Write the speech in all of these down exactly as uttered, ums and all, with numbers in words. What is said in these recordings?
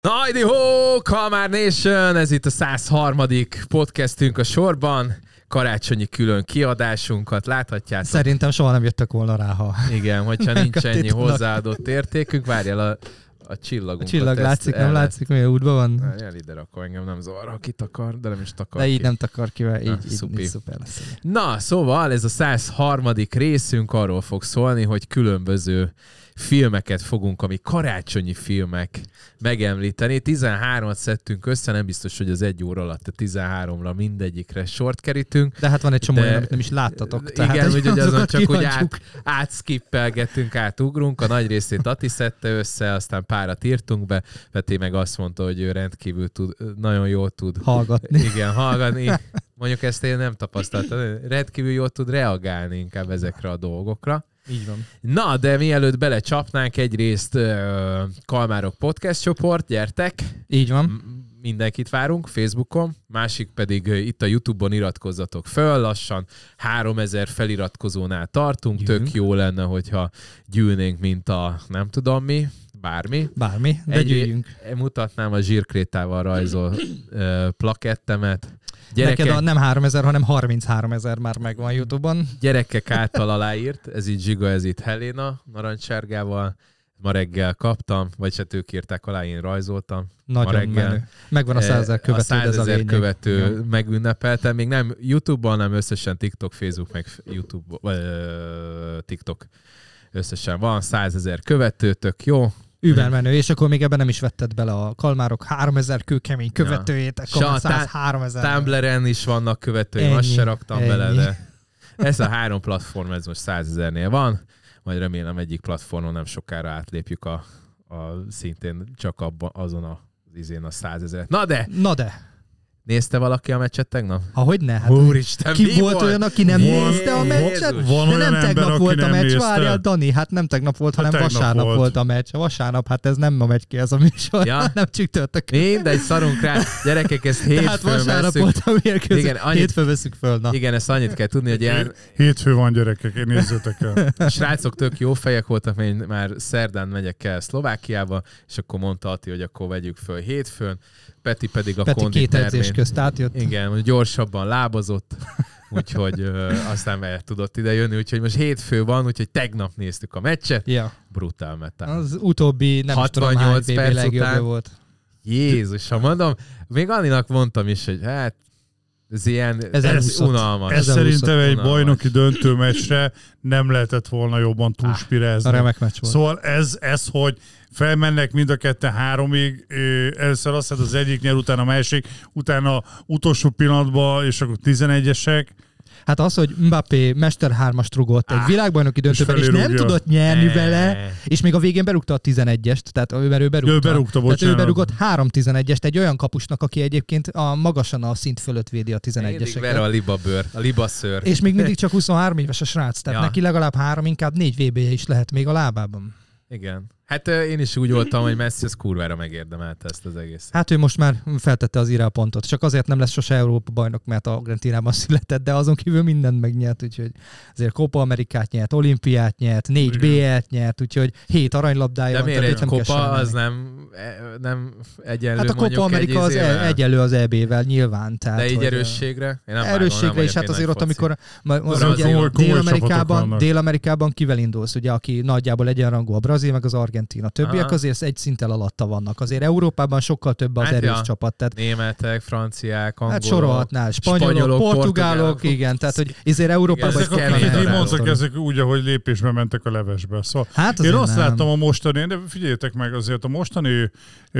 Najdi ho, Kalmár Nation! Ez itt a száz harmadik podcastünk a sorban. Karácsonyi külön kiadásunkat láthatjátok. Szerintem soha nem jöttek volna rá, ha... Igen, hogyha nincs ennyi hozzáadott értékünk. Várjál, a, a csillagunkat. A csillag látszik, nem látszik, milyen útban van? El ide rakom, engem nem zavar, ha kitakar, de nem is takar de ki. így nem takar ki, mert így, Na, így, szupi. így szuper lesz. Na, szóval ez a száz harmadik részünk arról fog szólni, hogy különböző filmeket fogunk, ami karácsonyi filmek megemlíteni. tizenhármat szedtünk össze, nem biztos, hogy az egy óra alatt a tizenháromra mindegyikre sort kerítünk. De hát van egy csomó de... olyan, amit nem is láttatok. Tehát igen, úgyhogy azon csak úgy át, átskippelgetünk, átugrunk. A nagy részét Ati szedte össze, aztán párat írtunk be. Peti meg azt mondta, hogy ő rendkívül tud, nagyon jól tud hallgatni. Igen, hallgatni. Mondjuk ezt én nem tapasztaltam. Rendkívül jól tud reagálni inkább ezekre a dolgokra. Így van. Na, de mielőtt belecsapnánk, egyrészt uh, Kalmárok Podcast csoport, gyertek! Így van. Mindenkit várunk Facebookon, másik pedig uh, itt a YouTube-on iratkozzatok föl, lassan háromezer feliratkozónál tartunk, Gyűlünk. Tök jó lenne, hogyha gyűlnénk, mint a nem tudom mi, bármi. Bármi, de Egy, gyűjjünk. Mutatnám a zsírkrétával rajzol uh, plakettemet. Gyerekek, neked a nem háromezer, hanem harmincháromezer már megvan YouTube-on. Gyerekek által aláírt, ez itt Zsiga, ez itt Helena, narancssárgával. Ma reggel kaptam, vagy hát ők írták alá, én rajzoltam. Nagyon reggel. menő. Megvan a százezer követő, a százezer ez a követő ja. megünnepeltem. Még nem YouTube-ban, nem összesen TikTok, Facebook, meg YouTube, vagy uh, TikTok összesen van. százezer követő, tök jó. Übermenő, és akkor még ebben nem is vetted bele a Kalmárok háromezer kőkemény követőjét, akkor száz háromezer. Tumblr-en is vannak követőim, azt se raktam ennyi. bele, de ez a három platform, ez most százezernél van, majd remélem egyik platformon nem sokára átlépjük a, a szintén csak abban, azon a, az izén a százezeret. Na de! Na de! Nézte valaki a meccset tegnap? Ahogy ne? Hát Úristen, ki mi volt, volt olyan, aki nem van? nézte a meccset? Van de olyan nem tegnap ember, volt a meccs, nézte. várjál, Dani, hát nem tegnap volt, hát hanem vasárnap volt. volt a meccs. Vasárnap, hát ez nem ma megy ki ez a műsor, ja? nem csütörtök. Mindegy, szarunk rá. Gyerekek, ezt hétfőn Tehát vasárnap veszünk. volt a mérkőzés, Igen, annyit... hétfőn veszük föl. Na. Igen, ezt annyit kell tudni, hogy ilyen... Hétfő van, gyerekek, én nézzétek el. A srácok tök jó fejek voltak, mert én már szerdán megyek el Szlovákiába, és akkor mondta Ati, hogy akkor vegyük föl hétfőn. Peti pedig a Peti két edzés közt átjött. Igen, gyorsabban lábazott, úgyhogy ö, aztán el tudott ide jönni, úgyhogy most hétfő van, úgyhogy tegnap néztük a meccset. Ja. Brutál metán. Az utóbbi, nem hatvannyolc tudom, perc legjobbja után volt. Jézusom, mondom, még Anninak mondtam is, hogy hát ez ilyen ez, ez unalmas. Ez, ez szerintem egy bajnoki döntő meccsre nem lehetett volna jobban túlspirázni. Ah, remek meccs volt. Szóval ez, ez, hogy felmennek mind a ketten háromig, először azt hiszem az egyik nyer, utána a másik, utána utolsó pillanatban, és akkor tizenegyesek. Hát az, hogy Mbappé mester hármast rugott egy ah, világbajnoki döntőben, és, és nem tudott nyerni e... vele, és még a végén berúgta a tizenegyest, tehát ő, ő berúgta. Ő berúgta, tehát ő berúgott három tizenegyest egy olyan kapusnak, aki egyébként a magasan a szint fölött védi a tizenegyeseket. Mindig ver a libabőr, a libaszőr. És még mindig csak huszonhárom éves a srác, tehát ja. neki legalább három, inkább négy vé bé-je is lehet még a lábában. Igen. Hát én is úgy voltam, hogy Messi az kurvára megérdemelte ezt az egészet. Hát ő most már feltette az iránypontot. Csak azért nem lesz sose Európa bajnok, mert Argentínában született, de azon kívül mindent megnyert, úgyhogy azért Copa Amerikát nyert, olimpiát nyert, négy bé el-t nyert, úgyhogy hét aranylabdája de van. De miért egy Copa az nem, nem egyenlő hát a Copa Amerika az e- egyenlő az é bé-vel nyilván. Tehát, de így hogy erősségre? Én nem erősségre vágom, is, hát azért ott, amikor Dél-Amerikában, Dél-Amerikában, Dél-Amerikában kivel indulsz, ugye, aki nagyjából egyenrangú a Brazil, meg az Argentína. Többiek aha. azért egy szinttel alatta vannak. Azért Európában sokkal több az hát erős ja. csapat. Tehát németek, franciák, angolok. Hát sorolhatnál. Spanyolok, spanyolok portugálok, portugálok, igen. Tehát, hogy azért Európában ezek a mondtak, ezek úgy, ahogy lépésbe mentek a levesbe. Szóval hát én azt nem. láttam a mostani, de figyeljétek meg azért a mostani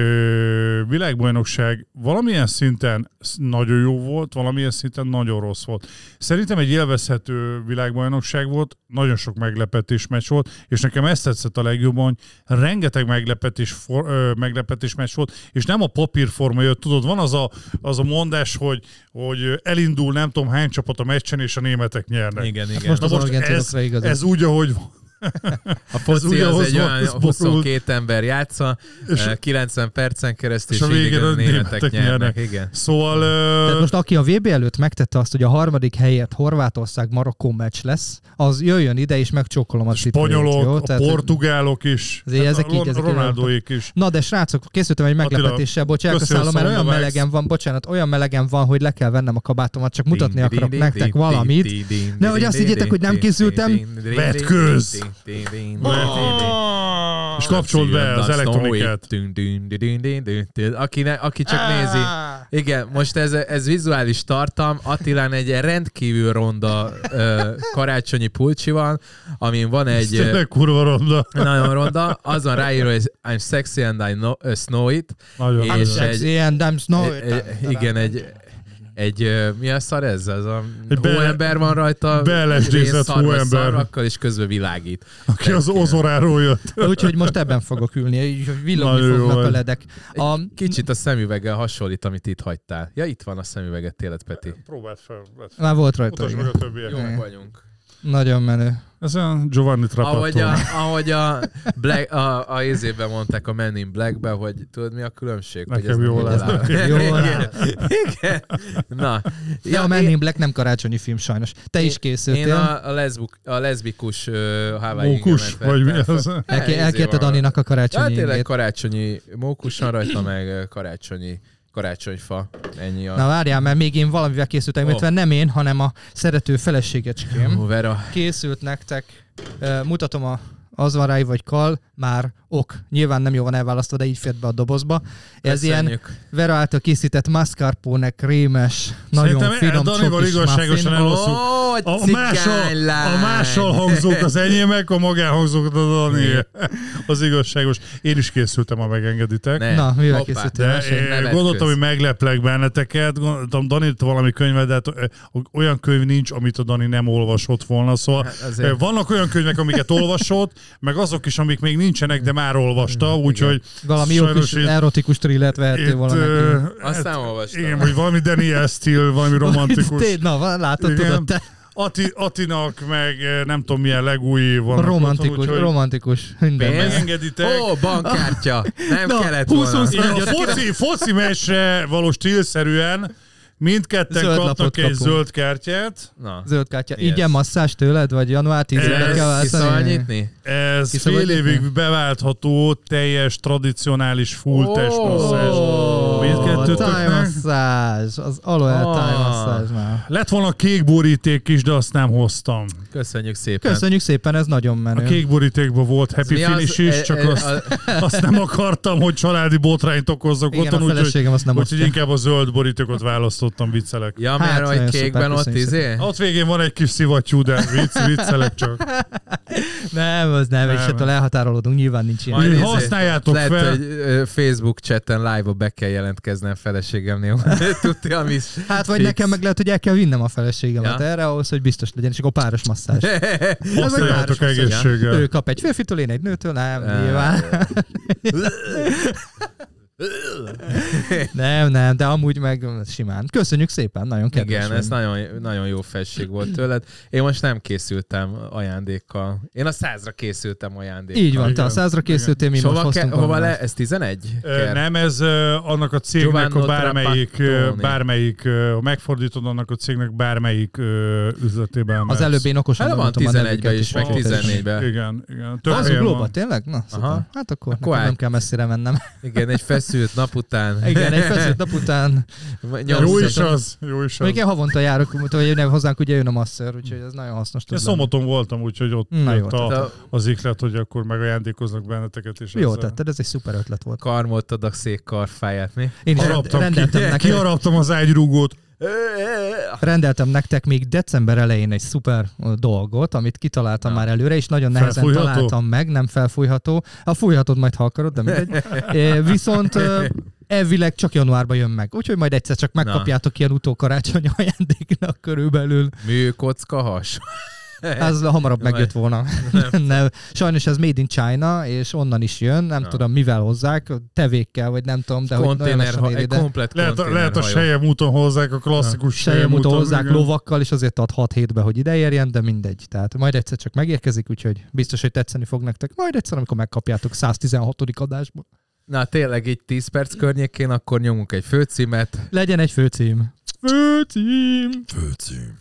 ö, világbajnokság valamilyen szinten nagyon jó volt, valamilyen szinten nagyon rossz volt. Szerintem egy élvezhető világbajnokság volt, nagyon sok meglepetés meccs volt, és nekem ezt tetszett a legjobban, hogy rengeteg meglepetés, for, ö, meglepetés meccs volt, és nem a papírforma jött. Tudod, van az a, az a mondás, hogy, hogy elindul nem tudom hány csapat a meccsen, és a németek nyernek. Igen, igen. Hát most, most az ez, ez, ez úgy, ahogy A foci az egy olyan huszonkét ember játsza, kilencven percen keresztül, és, és végén a németek, németek nyernek. Igen. Szóval... Tehát most aki a vé bé előtt megtette azt, hogy a harmadik helyért Horvátország-Marokkó meccs lesz, az jöjjön ide, és megcsókolom a spanyolok, a portugálok is, hát ezek a így, ezek Ronaldóik is. Na de srácok, készültem egy meglepetéssel, bocs, elköszállom, mert olyan melegen van, bocsánat, olyan melegen van, hogy le kell vennem a kabátomat, csak mutatni akarok nektek valamit. Nehogy azt higgyétek, hogy nem készültem. Vetkőz! És kapcsold be az elektronikát. Aki, ne, aki csak nézi. Igen, most ez, ez vizuális tartalm. Attilán egy rendkívül ronda uh, karácsonyi pulcsi van, amin van egy... Tényleg kurva ronda. Nagyon ronda. Azon ráírva, hogy I'm sexy and I know, uh, snow it. Nagyon I'm sexy and I'm snow it. Egy, igen, egy... Egy, mi a szar ez? Ez a hóember van rajta, beelesdészett hóember. Szarvakkal, és közben világít. Aki az Ozoráról jött. Úgyhogy most ebben fogok ülni, villogni fognak a ledek. A... Kicsit a szemüveggel hasonlít, amit itt hagytál. Ja, itt van a szemüveget, tényleg, Peti. Próbáld fel. Már volt rajta. Mutasd meg a többiek. Jók vagyunk. Nagyon menő. Ez olyan Giovanni Trapattoni. Ahogy a, ahogy a, Black, a, a izében mondták a Men in Blackbe, hogy tudod mi a különbség? Nekem jól áll. Jól áll. Igen. Na. Ja, ja, a Men in Black nem karácsonyi film sajnos. Te én, is készültél. Én a, a, leszbuk, a leszbikus uh, Hawaii mókus, vagy mi az? Elkérted Daninak a karácsonyi ingét. Tényleg karácsonyi mókus van rajta, meg karácsonyi karácsonyfa. Ennyi a... Na várjál, mert még én valamivel készültem, oh. nem én, hanem a szerető feleségecském. Oh, Vera. Készült nektek, uh, mutatom a az van rá, vagy kal, már ok. Nyilván nem jó van elválasztva, de így fért be a dobozba. Ez Köszönjük. Ilyen Vera által készített mascarpone krémes, nagyon Szerintem finom Danival igazságosan eloszuk. Oh, a, mással, a mással hangzók az enyémek, a magánhangzók a Dani. Az igazságos. Én is készültem, ha megengeditek. Ne. Na, mivel készültél? Gondoltam, hogy megleplek benneteket. Gondoltam, Dani valami könyvet, de hát olyan könyv nincs, amit a Dani nem olvasott volna. Szóval hát vannak olyan könyvek, amiket olvasott, meg azok is, amik még nincsenek, de már olvasta, úgyhogy... Valami jó kis erotikus thrillert vehettél volna neki. Azt nem olvastam. Igen, vagy valami Daniel Steele, valami romantikus. Na, látod, tudod te. Ati, Atinak meg nem tudom milyen legúj van. Romantikus, otthon, romantikus. Megengeditek. Ó, bankkártya. Nem Na, kellett volna. A foci, foci meccsre való stílszerűen mindketten zöld kaptak egy kapunk. Zöld kártyát. Na. Zöld kártya. Yes. Igen, masszás tőled, vagy január tízedikén kell váltani? Ez fél évig beváltható, teljes, tradicionális full oh, testmasszázs. Mindkettőtöknek. Tájmasszázs, az aloe oh. tájmasszázs már. Lett volna kék boríték is, de azt nem hoztam. Köszönjük szépen. Köszönjük szépen, ez nagyon menő. A kék borítékban volt happy finish is, e, csak e, azt, a... azt nem akartam, hogy családi botrányt okozzak igen, otthon, úgyhogy úgy, inkább a zöld borítékot választottam, viccelek. Ja, mert hát, hogy kékben ott izé? Ott végén van egy kis szivattyú, de vicc, viccelek csak. Nem, az nem, nem. És ettől elhatárolódunk, nyilván nincs ilyen. Majd használjátok lehet, fel. Hogy Facebook chatten live-ba be kell jelentkeznem feleségemnél. Tudja, ami hát vagy fix. Nekem meg lehet, hogy el kell vinnem a feleségemet ja. erre, ahhoz, hogy biztos legyen, és akkor páros masszázs. Használjátok egészséggel. Ő kap egy férfitől, én egy nőtől, nem, nyilván. nem, nem, de amúgy meg simán. Köszönjük szépen, nagyon kedves. Igen, ez nagyon, nagyon jó felség volt tőled. Én most nem készültem ajándékkal. Én a százra készültem ajándékkal. Így van, te a százra készültél, mi most hoztunk. Hova le? Ez tizenegy? Ö, nem, ez uh, annak a cégnek a bármelyik, uh, bármelyik uh, megfordítod annak a cégnek bármelyik uh, üzletében. Az előbb én okosan hát van tizenegyben is, meg tizennégyben. Igen, igen. Az uglóba, tényleg? Na, szóval. Hát akkor, akkor nem kell messzire mennem. Igen, egy feszült nap után. Igen, egy feszült nap után. Jó is az, jó is az. Még én havonta járok, hogy hozzánk ugye jön a masször, úgyhogy ez nagyon hasznos. Én Szomoton voltam, úgyhogy ott jött a, az iklet, hogy akkor megajándékoznak benneteket. És jó tetted, ez egy szuper ötlet volt. Karmoltad a szék karfáját, mi? Én is rendeltem nekem. Kiharaptam az ágyrúgót. Rendeltem nektek még december elején egy szuper dolgot, amit kitaláltam ja. már előre, és nagyon nehezen találtam meg, nem felfújható. A fújhatod majd, ha akarod, de mindegy. Viszont elvileg csak januárban jön meg. Úgyhogy majd egyszer csak megkapjátok Na. ilyen utókarácsony ajándéknak körülbelül. Műkocka has. Az hamarabb megjött volna. Nem. Sajnos ez made in China, és onnan is jön, nem no. tudom mivel hozzák, tevékkel, vagy nem tudom, de hogy nagyon lassan éri, de... Komplet lehet, a, lehet a Selyem úton hozzák, a klasszikus ja. Selyem úton hozzák igen. lovakkal, és azért ad hat hétbe, hogy ide érjen, de mindegy. Tehát majd egyszer csak megérkezik, úgyhogy biztos, hogy tetszeni fog nektek. Majd egyszer, amikor megkapjátok száztizenhatodik adásból. Na tényleg így tíz perc környékén, akkor nyomunk egy főcímet. Legyen egy főcím. Főcím. Főcím.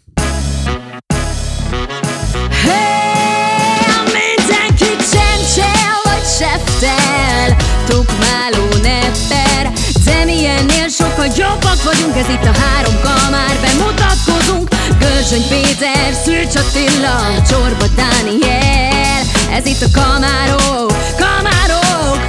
Hey, mindenki csencsel vagy seftel, tukmáló nepper, de mi ennél sokkal jobbak vagyunk, ez itt a három kamár, bemutatkozunk, Gölzsöny Péter, Szűcs Attila, Csorba Dániel, ez itt a kamárok, kamárok,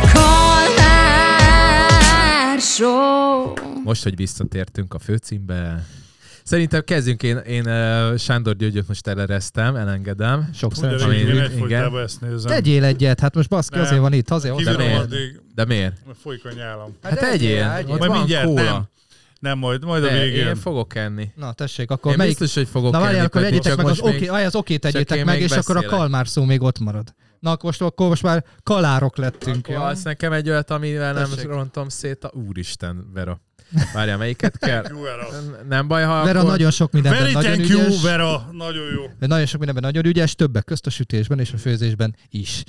Kalmár Show. Most, hogy visszatértünk a főcímbe, szerintem kezdjünk, én, én uh, Sándor Györgyöt most elereztem, elengedem. Sok szeretném. ezt nézem. Tegyél egyet, hát most baszki, azért van itt, azért De miért? De miért? Folyik a nyálam. Hát, hát egyél, ott van kóla. Nem. Nem, majd, majd de a végén. Én fogok enni. Na tessék, akkor én melyik... biztos, hogy fogok Na, enni. Na akkor egyetek meg az még... oké, az oké tegyétek meg, és beszélek. Akkor a Kalmár szó még ott marad. Na akkor most, akkor most már kalárok lettünk. Akkor az nekem egy olyat, amivel tessék. Nem rontom szét a... Úristen, Vera. Várjál, melyiket kell? Nem baj, ha Vera akkor... nagyon sok mindenben Very nagyon thank ügyes. you, Vera. Nagyon jó. Nagyon sok mindenben nagyon ügyes, többek közt a sütésben és a főzésben is.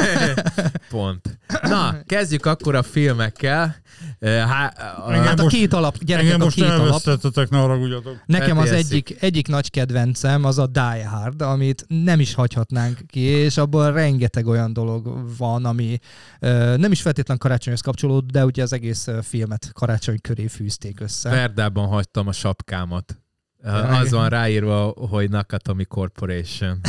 Pont. Na, kezdjük akkor a filmekkel. Há, a... Hát a két alap, gyerekek, engem a két most alap. Ne haragudjatok. Nekem az egyik, egyik nagy kedvencem az a Die Hard, amit nem is hagyhatnánk ki, és abban rengeteg olyan dolog van, ami uh, nem is feltétlen karácsonyhoz kapcsolódó, de ugye az egész filmet karácsony köré fűzték össze. Verdában hagytam a sapkámat. Az van ráírva, hogy Nakatomi Corporation.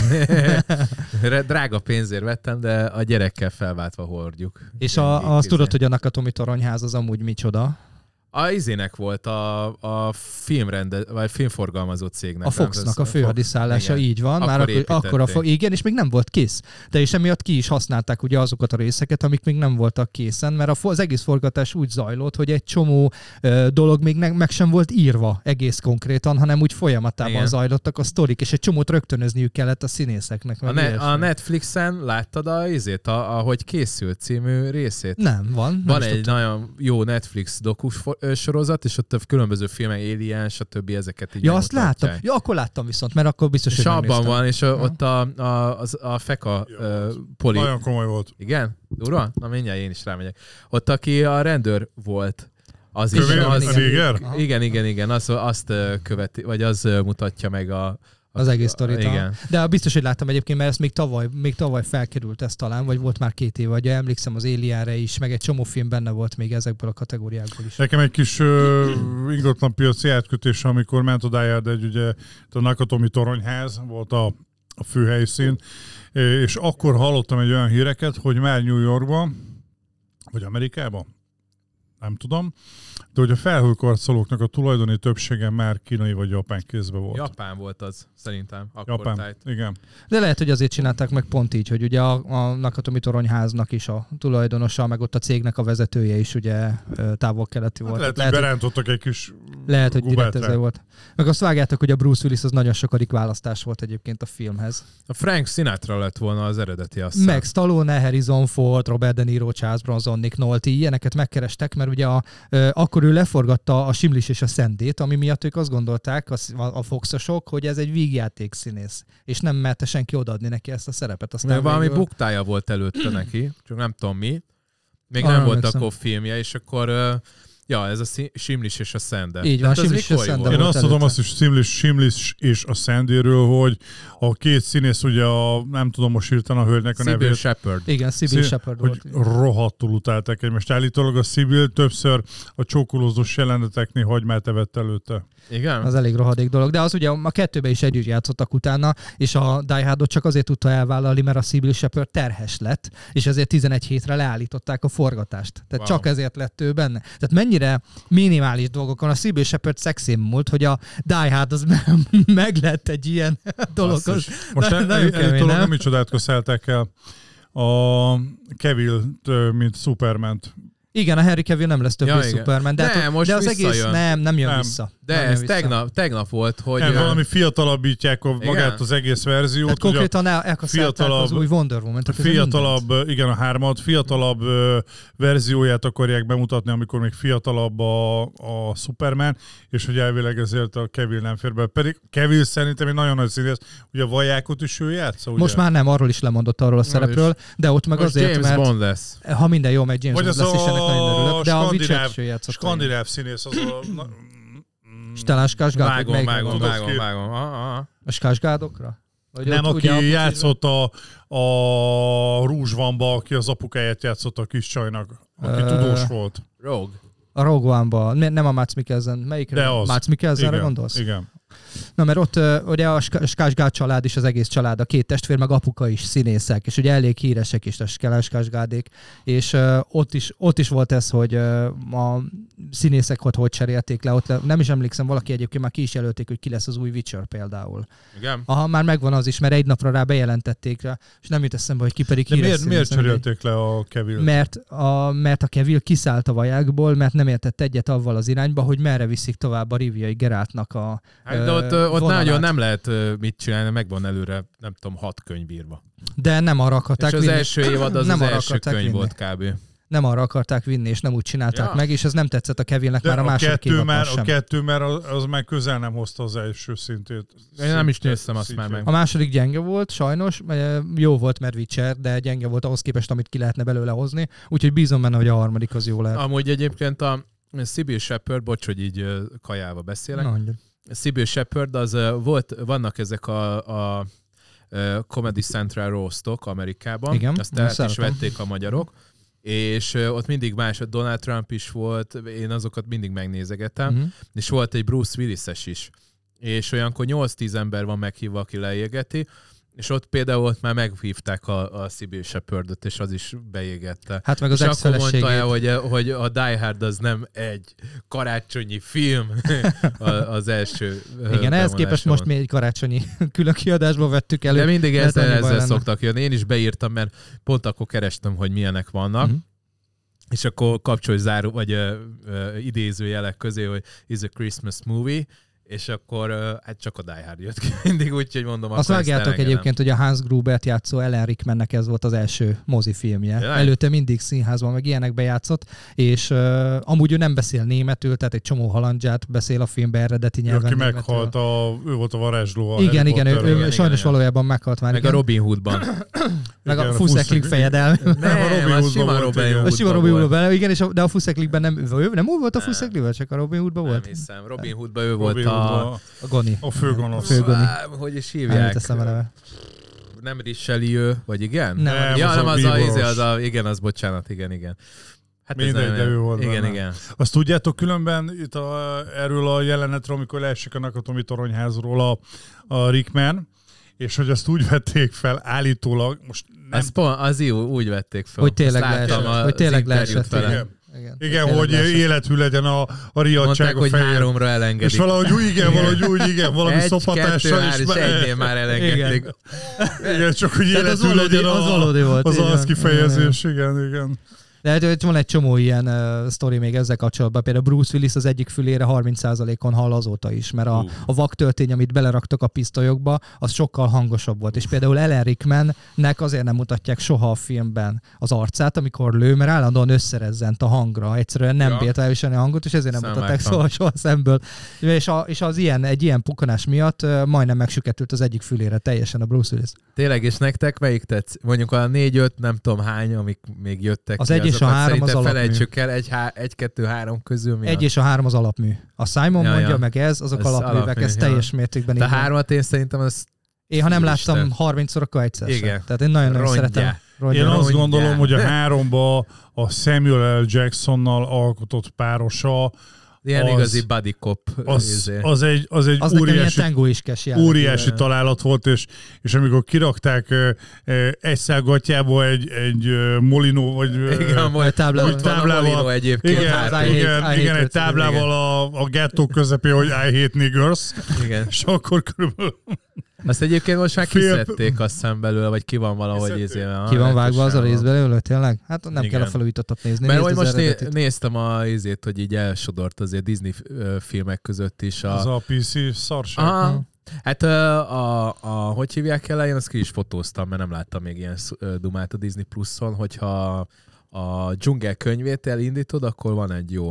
Drága pénzért vettem, de a gyerekkel felváltva hordjuk. És a, azt tudod, hogy a Nakatomi toronyház az amúgy micsoda? A izének volt a, a filmrende, vagy filmforgalmazó cégnek. A Foxnak a főhadiszállása, igen. így van. Akkor már akkor, akkor a fo- igen, és még nem volt kész. De és emiatt ki is használták ugye azokat a részeket, amik még nem voltak készen, mert a, az egész forgatás úgy zajlott, hogy egy csomó ö, dolog még ne, meg sem volt írva egész konkrétan, hanem úgy folyamatában igen. zajlottak a sztorik, és egy csomót rögtönözniük kellett a színészeknek. A, ne, a Netflixen láttad a izét, a, ahogy készült című részét? Nem, van. Van nem egy nagyon jó Netflix dokus sorozat, és ott a különböző filmek, Alien, stb. Ezeket így ja, azt láttam. Ja, akkor láttam viszont, mert akkor biztos, és hogy abban megnéztem. van, és a, ott a, a, az, a feka uh, poli... Nagyon komoly volt. Igen? Durva? Na mindjárt én is rámegyek. Ott, aki a rendőr volt, az Kövér, is... Az, igen, igen, igen, igen, az, azt követi, vagy az mutatja meg a az egész sztorit. Igen. De biztos, hogy láttam egyébként, mert ezt még tavaly, még tavaly felkerült ez talán, vagy volt már két év, vagy emlékszem az Alienre is, meg egy csomó film benne volt még ezekből a kategóriákból is. Nekem egy kis uh, ingatlan piaci átkötés, amikor ment a Die Hard, egy ugye a Nakatomi toronyház volt a, a fő helyszín, és akkor hallottam egy olyan híreket, hogy már New Yorkban, vagy Amerikában, nem tudom, de hogy a felhőkarcolóknak a tulajdoni többsége már kínai vagy japán kézbe volt. Japán volt az, szerintem. Akkor Japán, tájt. igen. De lehet, hogy azért csinálták meg pont így, hogy ugye a, a Nakatomi toronyháznak is a tulajdonosa, meg ott a cégnek a vezetője is ugye távol-keleti volt. Hát lehet, lehet, hogy berántottak egy kis Lehet, hogy direkt ezért volt. Meg azt vágjátok, hogy a Bruce Willis az nagyon sokadik választás volt egyébként a filmhez. A Frank Sinatra lett volna az eredeti, azt meg Stallone, Harrison Ford, Robert De Niro, Charles Bronson, Nick Nolte, ilyeneket megkerestek, mert ugye a, ö, akkor ő leforgatta a Simlis és a Szendét, ami miatt ők azt gondolták, a, a Foxosok, hogy ez egy vígjáték színész, és nem merte senki odaadni neki ezt a szerepet. Aztán még valami végül... buktája volt előtte neki, csak nem tudom mi. Még ah, nem volt megszem. akkor filmje, és akkor... Ja, ez a Simlis és a Szende. Így van, Simlis és a Szende. Én azt tudom azt is Simlis, Simlis és a Szendéről, hogy a két színész, ugye a, nem tudom most írtani a hölgynek a nevét. Sybil Shepherd. Igen, Sybil Shepherd volt. Hogy rohadtul utálták egymást. Állítólag a Sybil többször a csókolózós jeleneteknél hagymát evett előtte. Igen? Az elég rohadék dolog. De az ugye a kettőben is együtt játszottak utána, és a Die Hardot csak azért tudta elvállalni, mert a Sybil Shepherd terhes lett, és ezért tizenegy hétre leállították a forgatást. Tehát wow. csak ezért lett ő benne. Tehát mennyire minimális dolgokon a Sybil Shepherd szexén múlt, hogy a Die Hard az meg lett egy ilyen dolog. Most egy dolog, nem micsodát köszálták el. A Cavill, mint Superman-t Igen, a Henry Cavill nem lesz többé ja, Superman, de, ne, hát, most de az visszajön. egész nem, nem jön nem. vissza. De nem ez vissza. tegnap, tegnap volt, hogy... Nem, valami fiatalabbítják a, magát az egész verziót. Tehát konkrétan el, elkaszálták az új Wonder Woman-t. Fiatalabb, igen, a hármat, fiatalabb uh, verzióját akarják bemutatni, amikor még fiatalabb a, a Superman, és hogy elvileg ezért a Cavill nem fér be. Pedig Cavill szerintem egy nagyon nagy színész, ugye a Vajákot is ő játsza, ugye? Most már nem, arról is lemondott arról a szerepről, de ott meg most azért, James mert Bond lesz. Ha minden jó, meg James Vagy Bond lesz, és ennek nagyon örülök, de a skandináv, Witcher-t játszott. skandináv színész az a... Stelán Skarsgård? Vágom, vágom, tudod vágom, ki? vágom. Ah, ah. A Skarsgårdokra? Vagy Nem, ott, aki ugye, játszott a, a Rúzsvamba, aki az apukáját játszott a kis csajnak, aki Ö, tudós volt. Rogue. A Rogue One-ba, nem a Mads Mikkelsen, melyikre? De az. Mads Mikkelsenre Igen, gondolsz? igen. Na, mert ott uh, ugye a Skarsgård család is, az egész család, a két testvér, meg apuka is színészek, és ugye elég híresek is a Skarsgårdék, és uh, ott, is, ott is volt ez, hogy uh, a színészek ott hogy cserélték le, ott nem is emlékszem, valaki egyébként már ki is jelölték, hogy ki lesz az új Witcher például. Igen. Aha, már megvan az is, mert egy napra rá bejelentették rá, és nem jut eszembe, hogy ki pedig De híres miért, miért színész, cserélték le a Cavill-t? Mert a, mert a Cavill kiszállt a vajákból, mert nem értett egyet avval az irányba, hogy merre viszik tovább a Riviai Geráltnak a Hát, de ott, ott vonalát. nagyon nem lehet mit csinálni, meg van előre, nem tudom, hat könyvírva. De nem arra akarták És az vinni. első évad az Nem az arra első akarták könyv vinni. volt kb. Nem Nem arra akarták vinni, és nem úgy csinálták Ja. meg, és ez nem tetszett a Cavillnek De már a a második kettő, évadban már, sem. a kettő, mert az, az már közel nem hozta az első szintét. Én nem is Szintét- néztem azt már szintjét. meg. A második gyenge volt, sajnos. Jó volt, mert Witcher, de gyenge volt ahhoz képest, amit ki lehetne belőle hozni. Úgyhogy bízom benne, hogy a harmadik az jó lehet. Amúgy egyébként a Sybil Shepherd, bocs, hogy így ö, kajálva beszélek. Na, mondjad. Sybil Shepherd, az ö, volt, vannak ezek a, a, a Comedy Central roastok Amerikában. Igen, Azt el is szeretem. vették a magyarok. És ö, ott mindig más, Donald Trump is volt, én azokat mindig megnézegetem. Uh-huh. És volt egy Bruce Willis-es is. És olyankor nyolc-tíz ember van meghívva, aki leégeti, és ott például ott már meghívták a, a Sybil Shepherdot, és az is beégette. Hát meg az és akkor mondta ex-feleségét. el, hogy, hogy a Die Hard az nem egy karácsonyi film az első Igen, ehhez képest most mi egy karácsonyi külön kiadásba vettük elő. De mindig mert ezzel, annyi baj ezzel lenne. szoktak jönni. Én is beírtam, mert pont akkor kerestem, hogy milyenek vannak. Uh-huh. És akkor kapcsolj záró, vagy uh, uh, idézőjelek közé, hogy is a Christmas movie, és akkor uh, hát csak a Die Hard jött ki mindig, úgyhogy mondom, Azt akkor ezt vágjátok elengedem. egyébként, hogy a Hans Grubert játszó Ellen Rickmannek ez volt az első mozifilmje. Jaj. Előtte mindig színházban, meg ilyenekbe játszott, és uh, amúgy ő nem beszél németül, tehát egy csomó halandzsát beszél a filmben eredeti nyelven. Aki németül. meghalt, a, ő volt a varázsló. A Igen, Harry igen, ő, Potterben. ő igen, sajnos igen. valójában meghalt már. Meg igen. a Robin Hoodban. Meg a Igen, Fuszeklik Fuszek- fejedelmi. Nem, a Nem, Robin az Hoodban sima volt, Robin igen. Hood. A sima Robin Hoodban, igen, és a, de a Fuszeklikben nem, ő nem úgy volt a Nem. Fuszeklikben, csak a Robin Hoodban Nem volt? hiszem. Robin Hoodban ő Robin volt a... Hoodban A Goni. A főgonosz. Fő- Főgoni. Á, hogy is Nem hívják? teszem el. Nem Richelieu, vagy igen? Nem, Nem, ja, az nem a az a, bíboros. izé, az a, igen, az bocsánat, igen, igen. Hát Mindegy, nem- de ő volt Igen, benne. igen. Azt tudjátok különben itt a, erről a jelenetről, amikor leesik a Nakatomi toronyházról a, a Rickman, és hogy azt úgy vették fel állítólag, most nem... Az, pont, az jó, úgy vették fel. Hogy tényleg Azt láttam leesett. a- Hogy tényleg az interjút leesett, vele. igen. Igen, Igen, igen tényleg hogy leesett. életű legyen a, a Mondták, riadtság a hogy fején. háromra elengedik. És valahogy úgy, igen, valahogy úgy, igen, valami Egy, kettő, szopatással három, és már- egynél már elengedték. Igen. Igen, csak hogy Tehát az életű valódi- legyen az a, valódi volt, az így az van. kifejezés, igen, igen. De hát, hogy van egy csomó ilyen uh, sztori még ezzel kapcsolatban. Például Bruce Willis az egyik fülére harminc százalékon hall azóta is, mert a, Uh. a vaktöltény, amit beleraktak a pisztolyokba, az sokkal hangosabb volt. És például Ellen Rickmannek azért nem mutatják soha a filmben az arcát, amikor lő, mert állandóan összerezzent a hangra. Egyszerűen nem Ja. bírt elviselni a hangot, és ezért nem Számáltam. mutatták soha, soha szemből. És, a, és az ilyen, egy ilyen pukkanás miatt uh, majdnem megsüketült az egyik fülére teljesen a Bruce Willis. Tényleg, és nektek melyik tetsz? Mondjuk a négy-öt, nem tudom hány, amik még jöttek Az ki, egy és a azokat három az szerintem alapmű. felejtsük el, egy, há- egy, kettő, három közül mi Egy az? és a három az alapmű. A Simon Ja, mondja, ja. meg ez, azok Ez alapművek, alapmű, ez ja. teljes mértékben De így van. hármat én szerintem az Én ha nem Úristen. láttam harmincszor, akkor egyszer sem. Igen. Tehát én nagyon-nagyon Rongyá. szeretem. Rongyá. Én azt Rongyá. gondolom, hogy a háromba a Samuel L. Jacksonnal alkotott párosa ilyen az- igazi buddy cop. az, izé. az egy, az egy Az nekem ilyen óriási, tangó is kes jellegű. óriási találat volt, és, és amikor kirakták ö, ö, egy szágatjából egy, egy ö, molinó, vagy ö, Igen, Vagy táblával. úgy van a Molino egyébként. igen, hátul. I hate- igen, I hate igen, egy it, táblával a, a gettó közepén, hogy I hate niggers, Igen. és akkor körülbelül Azt egyébként most már Fél... kiszedték azt szem belőle, vagy ki van valahogy izével. Ki van vágva az a rész belőle, tényleg? Hát nem igen. kell a felújítottat nézni. Mert hogy most né- néztem a izét, hogy így elsodort azért Disney filmek között is. A... Az a pé cé szarság. Aha. Hát a, a, a, hogy hívják el, én azt ki is fotóztam, mert nem láttam még ilyen dumát a Disney Pluson, hogyha a dzsungel könyvét elindítod, akkor van egy jó,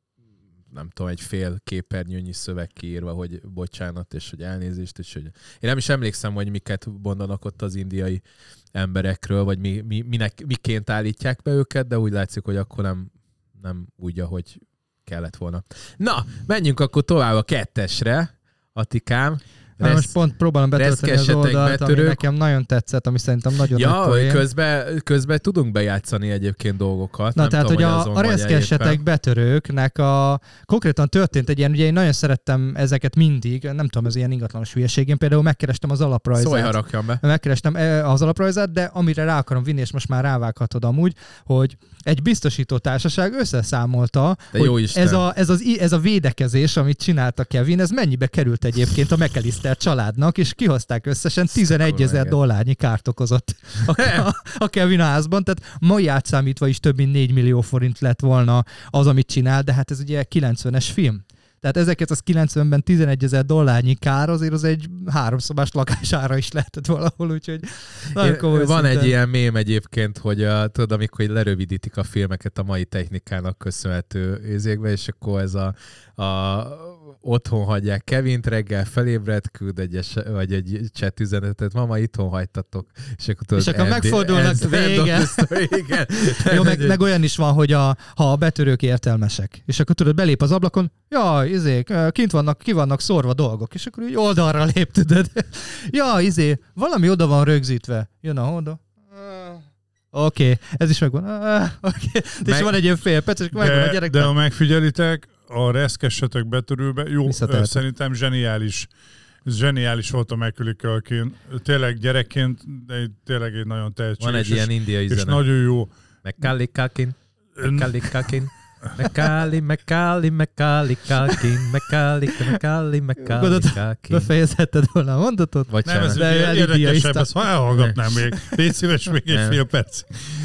nem tudom, egy fél képernyőnyi szöveg kiírva, hogy bocsánat, és hogy elnézést, és hogy... Én nem is emlékszem, hogy miket mondanak ott az indiai emberekről, vagy mi, mi, minek, miként állítják be őket, de úgy látszik, hogy akkor nem, nem úgy, ahogy kellett volna. Na, menjünk akkor tovább a kettesre, Atikám. Resz... Most pont próbálom betölteni az oldalt, betörők. Ami nekem nagyon tetszett, ami szerintem nagyon ja, nagy közben, közben tudunk bejátszani egyébként dolgokat. Na nem tehát, tudom, hogy, hogy a, a reszkessetek betörőknek a... Konkrétan történt egy ilyen, ugye én nagyon szerettem ezeket mindig, nem tudom, ez ilyen ingatlanos hülyeség. Én például megkerestem az alaprajzát. Szólj, ha rakjam be. Megkerestem az alaprajzát, de amire rá akarom vinni, és most már rávághatod amúgy, hogy egy biztosító társaság összeszámolta, de hogy ez a, ez, az, ez a védekezés, amit csináltak Kevin, ez mennyibe került egyébként a McAllister családnak, és kihozták összesen tizenegyezer dollárnyi kárt okozott a, a, a Kevin házban, tehát mai átszámítva is több mint négy millió forint lett volna az, amit csinál, de hát ez ugye kilencvenes film. Tehát ezerkilencszázkilencvenben tizenegyezer dollárnyi kár azért az egy háromszobás lakására is lehetett valahol, úgyhogy nagyon komoly van szinten. Egy ilyen mém egyébként, hogy a, tudod, amikor lerövidítik a filmeket a mai technikának köszönhető érzékbe, és akkor ez a, a otthon hagyják Kevint, reggel felébred, küld egy, es- vagy egy chat üzenetet, mama, itthon hagytatok. És akkor, tudod, és akkor megfordulnak, vége. Igen. Jó, meg, meg olyan is van, hogy a, ha a betörők értelmesek, és akkor tudod, belép az ablakon, ja, izék, kint vannak, ki vannak szórva dolgok, és akkor úgy oldalra lép, tudod. Ja, izé, valami oda van rögzítve. Jön a oda. Oké, okay, ez is megvan. Uh, okay. meg... És van egy ilyen fél perc, és megvan a gyerek. De ha megfigyelitek, a reszkessetek betörőbe, jó, szerintem zseniális. Zseniális volt a Macaulay Culkin. Tényleg gyerekként, de tényleg egy nagyon tehetséges. Van egy ilyen indiai zene. És nagyon jó. Macaulay Culkin, Macaulay Culkin. Macaulay, Macaulay, Macaulay Culkin, Macaulay, Macaulay, Macaulay Culkin. Befejezhetted volna a mondatot? Vagy nem, ez ugye érdekesebb, ezt ha elhallgatnám még. Légy szíves még egy fél perc.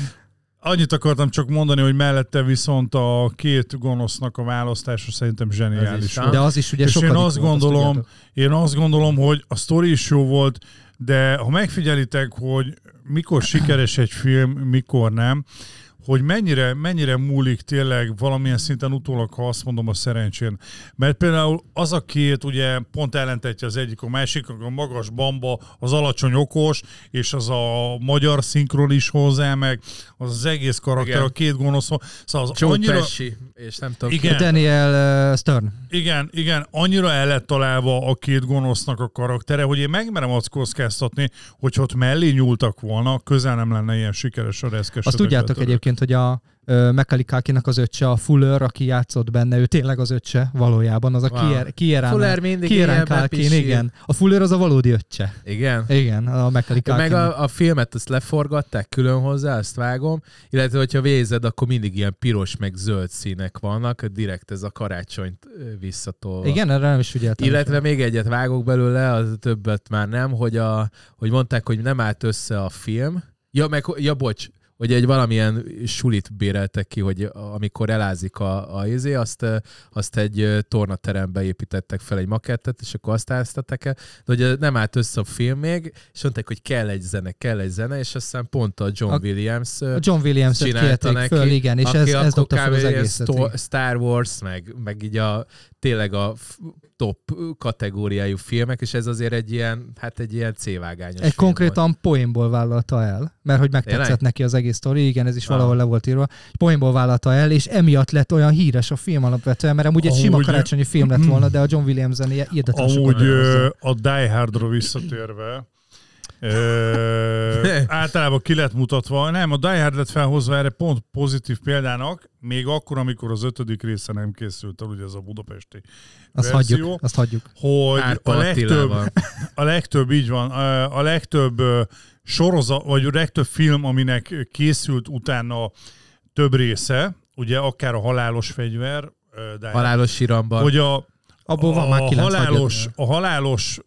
Annyit akartam csak mondani, hogy mellette viszont a két gonosznak a választása szerintem zseniális volt. De az is ugye és sokadik én azt volt, gondolom, azt én azt gondolom, hogy a sztori is jó volt, de ha megfigyelitek, hogy mikor sikeres egy film, mikor nem, hogy mennyire, mennyire múlik tényleg valamilyen szinten utólag, ha azt mondom, a szerencsén. Mert például az a két, ugye pont ellentetje az egyik, a másik, a magas bamba, az alacsony okos, és az a magyar szinkron is hozzá, meg az az egész karakter, igen. A két gonosz. Szóval az Joe annyira... Pesci, és nem tudom. Igen. Daniel uh, Stern. Igen, igen, annyira el lett találva a két gonosznak a karaktere, hogy én megmerem azt kockáztatni, hogy ott mellé nyúltak volna, közel nem lenne ilyen sikeres a reszkes. Azt tudjátok betörő. Egyébként, hogy a uh, Macaulay Culkinnak az öccse, a Fuller, aki játszott benne, ő tényleg az öccse valójában, az a wow. Kieran Fuller mindig Kieran Culkin, igen. A Fuller az a valódi öccse. Igen? Igen, a Macaulay Culkin. Meg a, a filmet azt leforgatták külön hozzá, azt vágom, illetve hogyha vézed, akkor mindig ilyen piros meg zöld színek vannak, direkt ez a karácsonyt visszatolva. Igen, erre nem is figyeltem. Illetve is. Még egyet vágok belőle, az többet már nem, hogy, a, hogy mondták, hogy nem állt össze a film. Ja, meg, ja bocs, hogy egy valamilyen sulit béreltek ki, hogy amikor elázik a, a izé, azt, azt egy tornaterembe építettek fel egy makettet, és akkor azt áztatták el, de hogy nem állt össze a film még, és mondták, hogy kell egy zene, kell egy zene, és aztán pont a John a, Williams a John Williams-et kérték neki, föl, igen, és ez, ez dobta fel az egészet. Star Wars, meg, meg így a tényleg a top kategóriájú filmek, és ez azért egy ilyen, hát egy ilyen C-vágányos Egy konkrétan volt. Poénból vállalta el, mert hogy megtetszett Tényleg? Neki az egész sztori, igen, ez is ah. valahol le volt írva. Poénból vállalta el, és emiatt lett olyan híres a film alapvetően, mert amúgy egy amúgy sima karácsonyi film lett volna, de a John Williams-en hihetetlen sokat. Amúgy a Die Hardra visszatérve, Ö, általában ki lett mutatva. Nem, a Die Hard lett felhozva erre pont pozitív példának, még akkor, amikor az ötödik része nem készült el, ugye ez a budapesti azt verzió. Hagyjuk, azt hagyjuk. Hogy a legtöbb, a legtöbb, így van, a legtöbb sorozat, vagy a legtöbb film, aminek készült utána több része, ugye akár a Halálos fegyver, Halálos iramban, hogy a Abból van már kilenc halálos, a halálos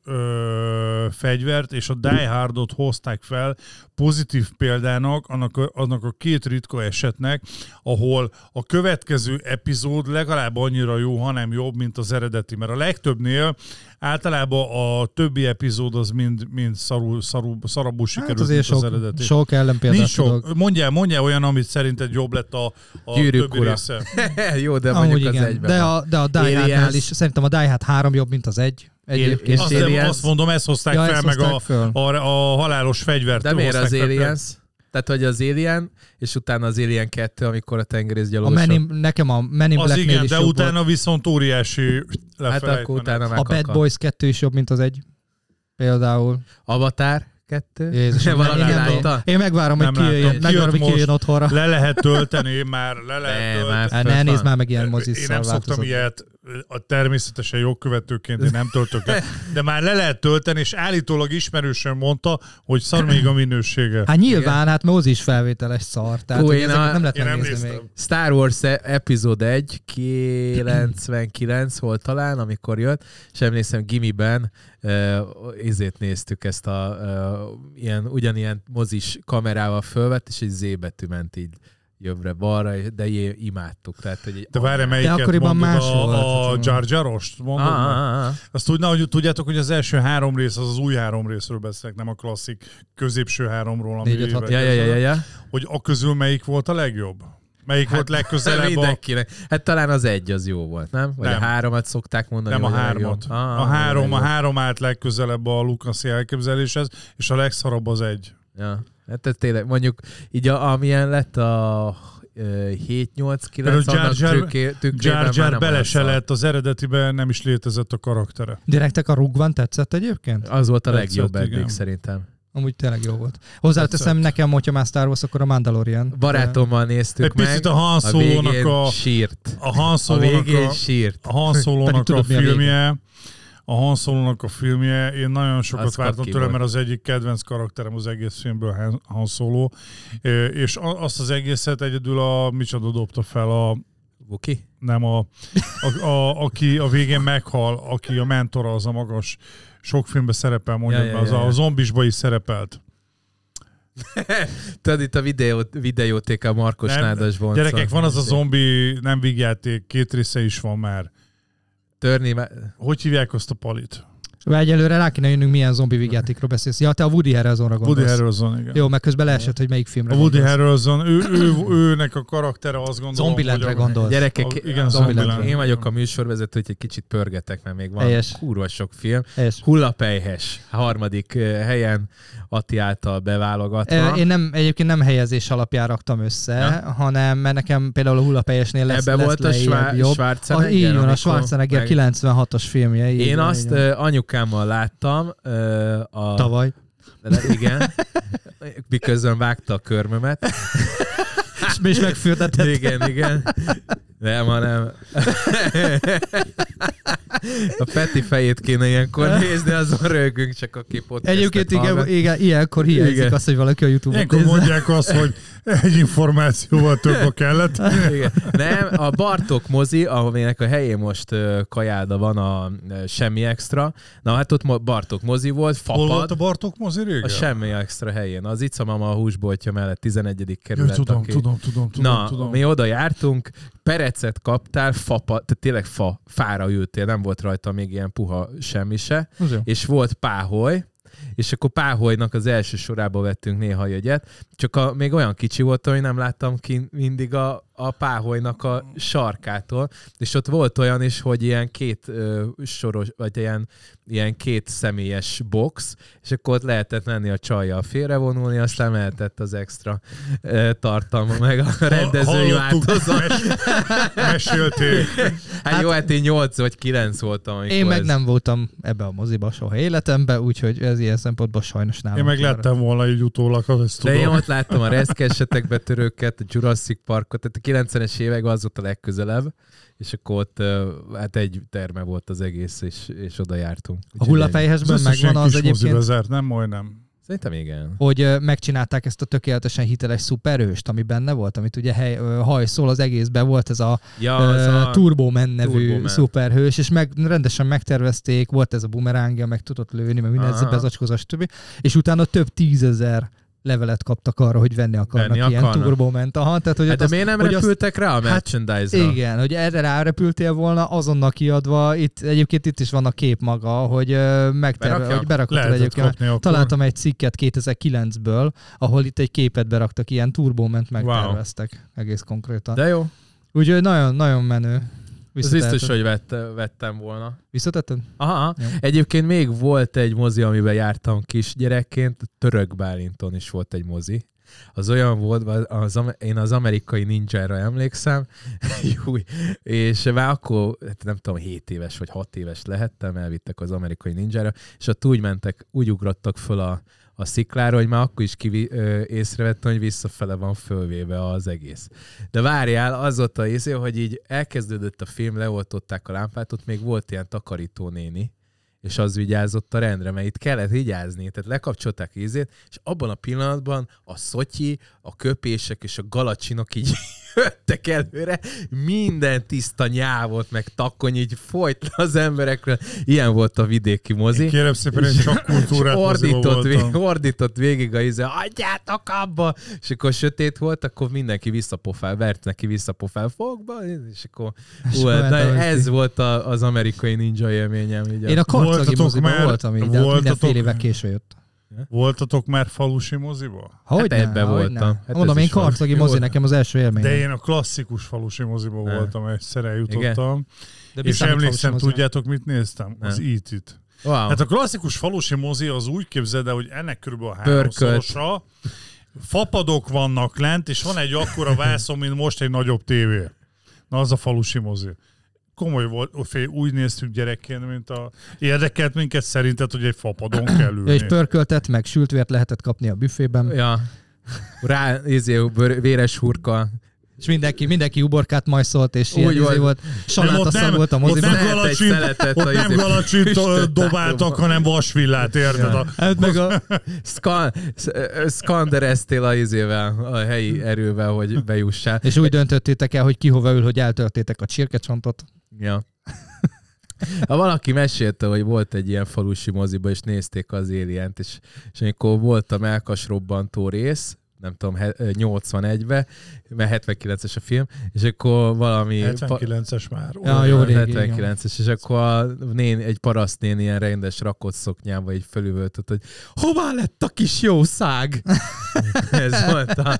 ö, fegyvert és a Die Hardot hozták fel pozitív példának, annak a, annak a két ritka esetnek, ahol a következő epizód legalább annyira jó, hanem jobb, mint az eredeti. Mert a legtöbbnél általában a többi epizód az mind, mind szarul, szarul, szarabul sikerült, hát mint sok, az eredeti. Sok ellenpéldát Nincs sok. tudok. Mondjál, mondjál olyan, amit szerinted jobb lett a, a többi ura. része. Jó, de Amúgy mondjuk igen. az egyben. De a, de a Die Hardnál is, szerintem a Die Hard három jobb, mint az egy. Egyébként. Azt, nem, azt mondom, ezt hozták ja, fel, ezt meg hozták a, föl. a, a halálos fegyvert. De miért az fel. Aliens? Tehát, hogy az Alien, és utána az Alien kettő, amikor a A tengerészgyalogosok. Men in, nekem a Men in Az Blacknél igen, is de jobb utána volt. viszont óriási Hát akkor utána A megakad. Bad Boys kettő is jobb, mint az egy. Például. Avatar kettő. Jézusom, Valaki én, nem látta? tudom. Én megvárom, hogy Nem kijöjjön, látom. megvárom, hogy Kijött kijöjjön most. otthonra. Le lehet tölteni, már le lehet Ne, tölteni. már Hát föl ne nézd van. már meg ilyen Én mozisszal nem szoktam változott. ilyet, a természetesen jogkövetőként én nem töltök le, de már le lehet tölteni, és állítólag ismerősen mondta, hogy szar még a minősége. Hát nyilván, hát mozi is felvételes szar. Tehát Hú, hogy én ezeket a- nem lehet Én nem megnézni néztem. még. Star Wars epizód egy, kilencvenkilenc volt talán, amikor jött, és emlékszem Gimiben uh, izét néztük ezt a uh, ilyen, ugyanilyen mozis kamerával fölvett, és egy Z betű ment így jobbra-balra, de jé, imádtuk. Tehát, hogy egy De várj, melyiket akkoriban mondod, más a, volt. a Jar Jarost mondod? Ah, meg? ah, ah. Azt tudná, hogy tudjátok, hogy az első három rész az az új három részről beszélek, nem a klasszik középső háromról, ami Négy, öt, hat. évekkel Ja, ja, ja, ja, ezelőtt. ja. Hogy a közül melyik volt a legjobb? Melyik Hát, volt legközelebb a... Mindenkinek. Hát talán az egy az jó volt, nem? Vagy Nem. a háromat szokták mondani. Nem a hogy hármat. legjobb. Ah, A három, a legjobb. három állt legközelebb a Lucasi elképzeléshez, és a legszarabb az egy. Ja. Hát ez tényleg, mondjuk így a, amilyen lett a hét nyolc kilenc Például annak Jar Jar- trükké- tükrében Jar már Jar nem bele olyan se szar. lett, az eredetiben nem is létezett a karaktere. Direktek a Rogue One tetszett egyébként? Az volt a Tetszett, legjobb eddig igen. szerintem. Amúgy tényleg jó volt. Hozzáteszem Tetszett. nekem, hogyha már Star Wars, akkor a Mandalorian. Barátommal néztük Egy meg, picit a Han a Solo-nak végén a, sírt. a Han A Solo-nak végén a, sírt. a Han Solo-nak a tudod, mi a vége. filmje, a Han Solo-nak a filmje, én nagyon sokat Az vártam kapki tőle, volt. mert az egyik kedvenc karakterem az egész filmből Han- Han Solo, és a- azt az egészet egyedül a micsoda dobta fel, a Vuki? nem a, a, a, aki a végén meghal, aki a mentora, az a magas, sok filmben szerepel, mondjam, Ja, ja, az ja, a, ja. a zombisba is szerepelt. Tudod, itt a videó, videótéka Markos Nem, Nádas vonca. Gyerekek, van az a zombi nem vígjáték, két része is van már. Törni, me- Hogy hívják azt a palit? Vagy egyelőre rá kéne jönnünk, milyen zombi vígjátékról beszélsz. Ja, te a Woody Harrelsonra gondolsz. Woody Harrelson, igen. Jó, meg közben leesett, hogy melyik filmre A Woody gondolsz. Harrelson, ő, ő, őnek a karaktere azt gondolom, Zombielandre hogy a- gondolsz. Gyerekek, A- igen, Zombieland. Zombieland. én vagyok a műsorvezető, hogy egy kicsit pörgetek, mert még van Helyes. kurva sok film. És Hullapelyhes, harmadik eh, helyen Atti által beválogatva. Ö, Én nem, egyébként nem helyezés alapján raktam össze, Ja. hanem mert nekem például a hullapelyesnél lesz, Ebbe lesz volt a lejjebb Schwar- jobb. A, Schwarzenegger, így van, a amikor Schwarzenegger meg- kilencvenhatos filmje. Így Én van, azt így van. ö, anyukámmal láttam. ö, A... Tavaly. De, igen. Miközben vágta a körmömet. És mi is megfürdetett. Igen, igen. Nem, hanem... A Peti fejét kéne ilyenkor nézni, azon rögünk, csak aki podcastet Egyébként igen, hallgat. igen, ilyenkor hiányzik Igen. az, hogy valaki a YouTube-on Ilyenkor nézze. mondják azt, hogy egy információval több a kellett. Igen. Nem, a Bartók mozi, aminek a helyén most uh, kajálda van a uh, Semmi Extra. Na hát ott mo- Bartók mozi volt, Hol volt Fapad. a Bartók mozi régen? A Semmi Extra helyén. Az Ica Mama a húsboltja mellett tizenegyedik Jaj, kerület. tudom, aki... tudom, tudom, tudom, Na, tudom. mi oda jártunk, perecet kaptál, fapa, tehát tényleg fa, fára ültél, nem volt rajta még ilyen puha semmi se, Az jó. és volt páholy, és akkor páholynak az első sorába vettünk néha jegyet, csak a, még olyan kicsi voltam, hogy nem láttam ki mindig a, a páholynak a sarkától, és ott volt olyan is, hogy ilyen két ö, soros, vagy ilyen, ilyen két személyes box, és akkor ott lehetett menni a csajjal félrevonulni, aztán mehetett az extra ö, tartalma, meg a rendezői Hallottuk, változat. mes- mesélték. Hát, hát jó, hát én nyolc vagy kilenc voltam, amikor Én meg ez... nem voltam ebbe a moziba soha életemben, úgyhogy ez ilyen szempontból sajnos nálam. Én meg kimarad. lettem volna így utólag, ha ezt De én tudom. ott láttam a reszkesetek betörőket, a Jurassic Parkot, tehát a kilencvenes években az volt a legközelebb, és akkor ott ö, hát egy terme volt az egész, és, és oda jártunk. A hullapelyhesben Az összes megvan ilyen az kis moziba egyébként. zárt, nem majdnem. Szerintem igen. Hogy megcsinálták ezt a tökéletesen hiteles szuperhőst, ami benne volt, amit ugye hely, hajszol az egészben volt ez a, ja, uh, a Turbo Man nevű Turbo Man. szuperhős, és meg, rendesen megtervezték, volt ez a bumerángja, meg tudott lőni, meg minden ez bezacskózás többi, és utána több tízezer levelet kaptak arra, hogy venni akarnak venni ilyen akarnak. Turbo Man-t. Aha, tehát, hogy hát de azt, miért nem hogy repültek azt, rá a merchandise-ra? Hát igen, hogy erre rárepültél volna, azonnal kiadva, itt, egyébként itt is van a kép maga, hogy megterve, hogy berakhatod egyébként. Találtam egy cikket kétezer-kilencből, ahol itt egy képet beraktak, ilyen Turbo Man-t megterveztek wow. egész konkrétan. De jó. Úgyhogy nagyon, nagyon menő. Ez biztos, hogy vett, vettem volna. Visszatetted? Aha. Jó. Egyébként még volt egy mozi, amiben jártam kisgyerekként, Török Bálinton is volt egy mozi. Az olyan volt, az, én az Amerikai Ninjára emlékszem, Júj, és már akkor, nem tudom, hét éves vagy hat éves lehettem, elvittek az Amerikai Ninjára, és ott úgy mentek, úgy ugrottak föl a a sziklára, hogy már akkor is kivi, ö, észrevettem, hogy visszafele van fölvéve az egész. De várjál, az ott a észre, hogy így elkezdődött a film, leoltották a lámpát, ott még volt ilyen takarító néni, és az vigyázott a rendre, mert itt kellett vigyázni, tehát lekapcsolták ízét, és abban a pillanatban a szotyi, a köpések és a galacsinok így jöttek előre, minden tiszta nyávot, meg takony így folyt az emberekről. Ilyen volt a vidéki mozi. Én kérem szépen, én csak kultúrát ordított, vég, ordított végig a íze, adjátok abba! És akkor sötét volt, akkor mindenki visszapofál, vert neki visszapofál fogba, és akkor volt. Na, ez volt a, az Amerikai Ninja élményem. Így én a karcagi moziban voltam így, de minden fél éve késő jött. Voltatok már falusi moziba? Hogy hát ebben voltam. Hát mondom, én karcagi mozi, nekem az első élmény. De én a klasszikus falusi moziba ne. voltam, egyszer eljutottam. De és emlékszem, tudjátok, mit néztem? Ne. Az í té-t. Wow. Hát a klasszikus falusi mozi az úgy képzeld el, hogy ennek körülbelül a háromszorosa, fapadok vannak lent, és van egy akkora vászon, mint most egy nagyobb tévé. Na, az a falusi mozi. Komoly volt, úgy néztük gyerekként, mint a... Érdekelt minket szerinted, hogy egy fapadon kell ülni. Ja, és pörköltet, meg sültvért lehetett kapni a büfében. Ja. Rá, izé, véres hurka. És mindenki, mindenki uborkát majszolt, és ilyen izé volt. Salátaszag volt a moziban. Ott nem galacsint dobáltak, hanem vasvillát, érted? Ja. Hát meg a... Szkandereztél a izével, a helyi erővel, hogy bejussál. És úgy döntöttétek el, hogy ki hova ül, hogy eltörtétek a csirkecsontot. Ja. Ha valaki mesélte, hogy volt egy ilyen falusi moziba, és nézték az Alient, és, és amikor volt a mellkasrobbantó rész, nem tudom, nyolcvanegyben, mert hetvenkilences a film, és akkor valami... hetvenkilences már. Ja, jó régi, hetvenkilences, és akkor a nén, egy parasztnén ilyen rendes rakott szoknyába így fölüvöltött, hogy hová lett a kis jószág? Ez volt a...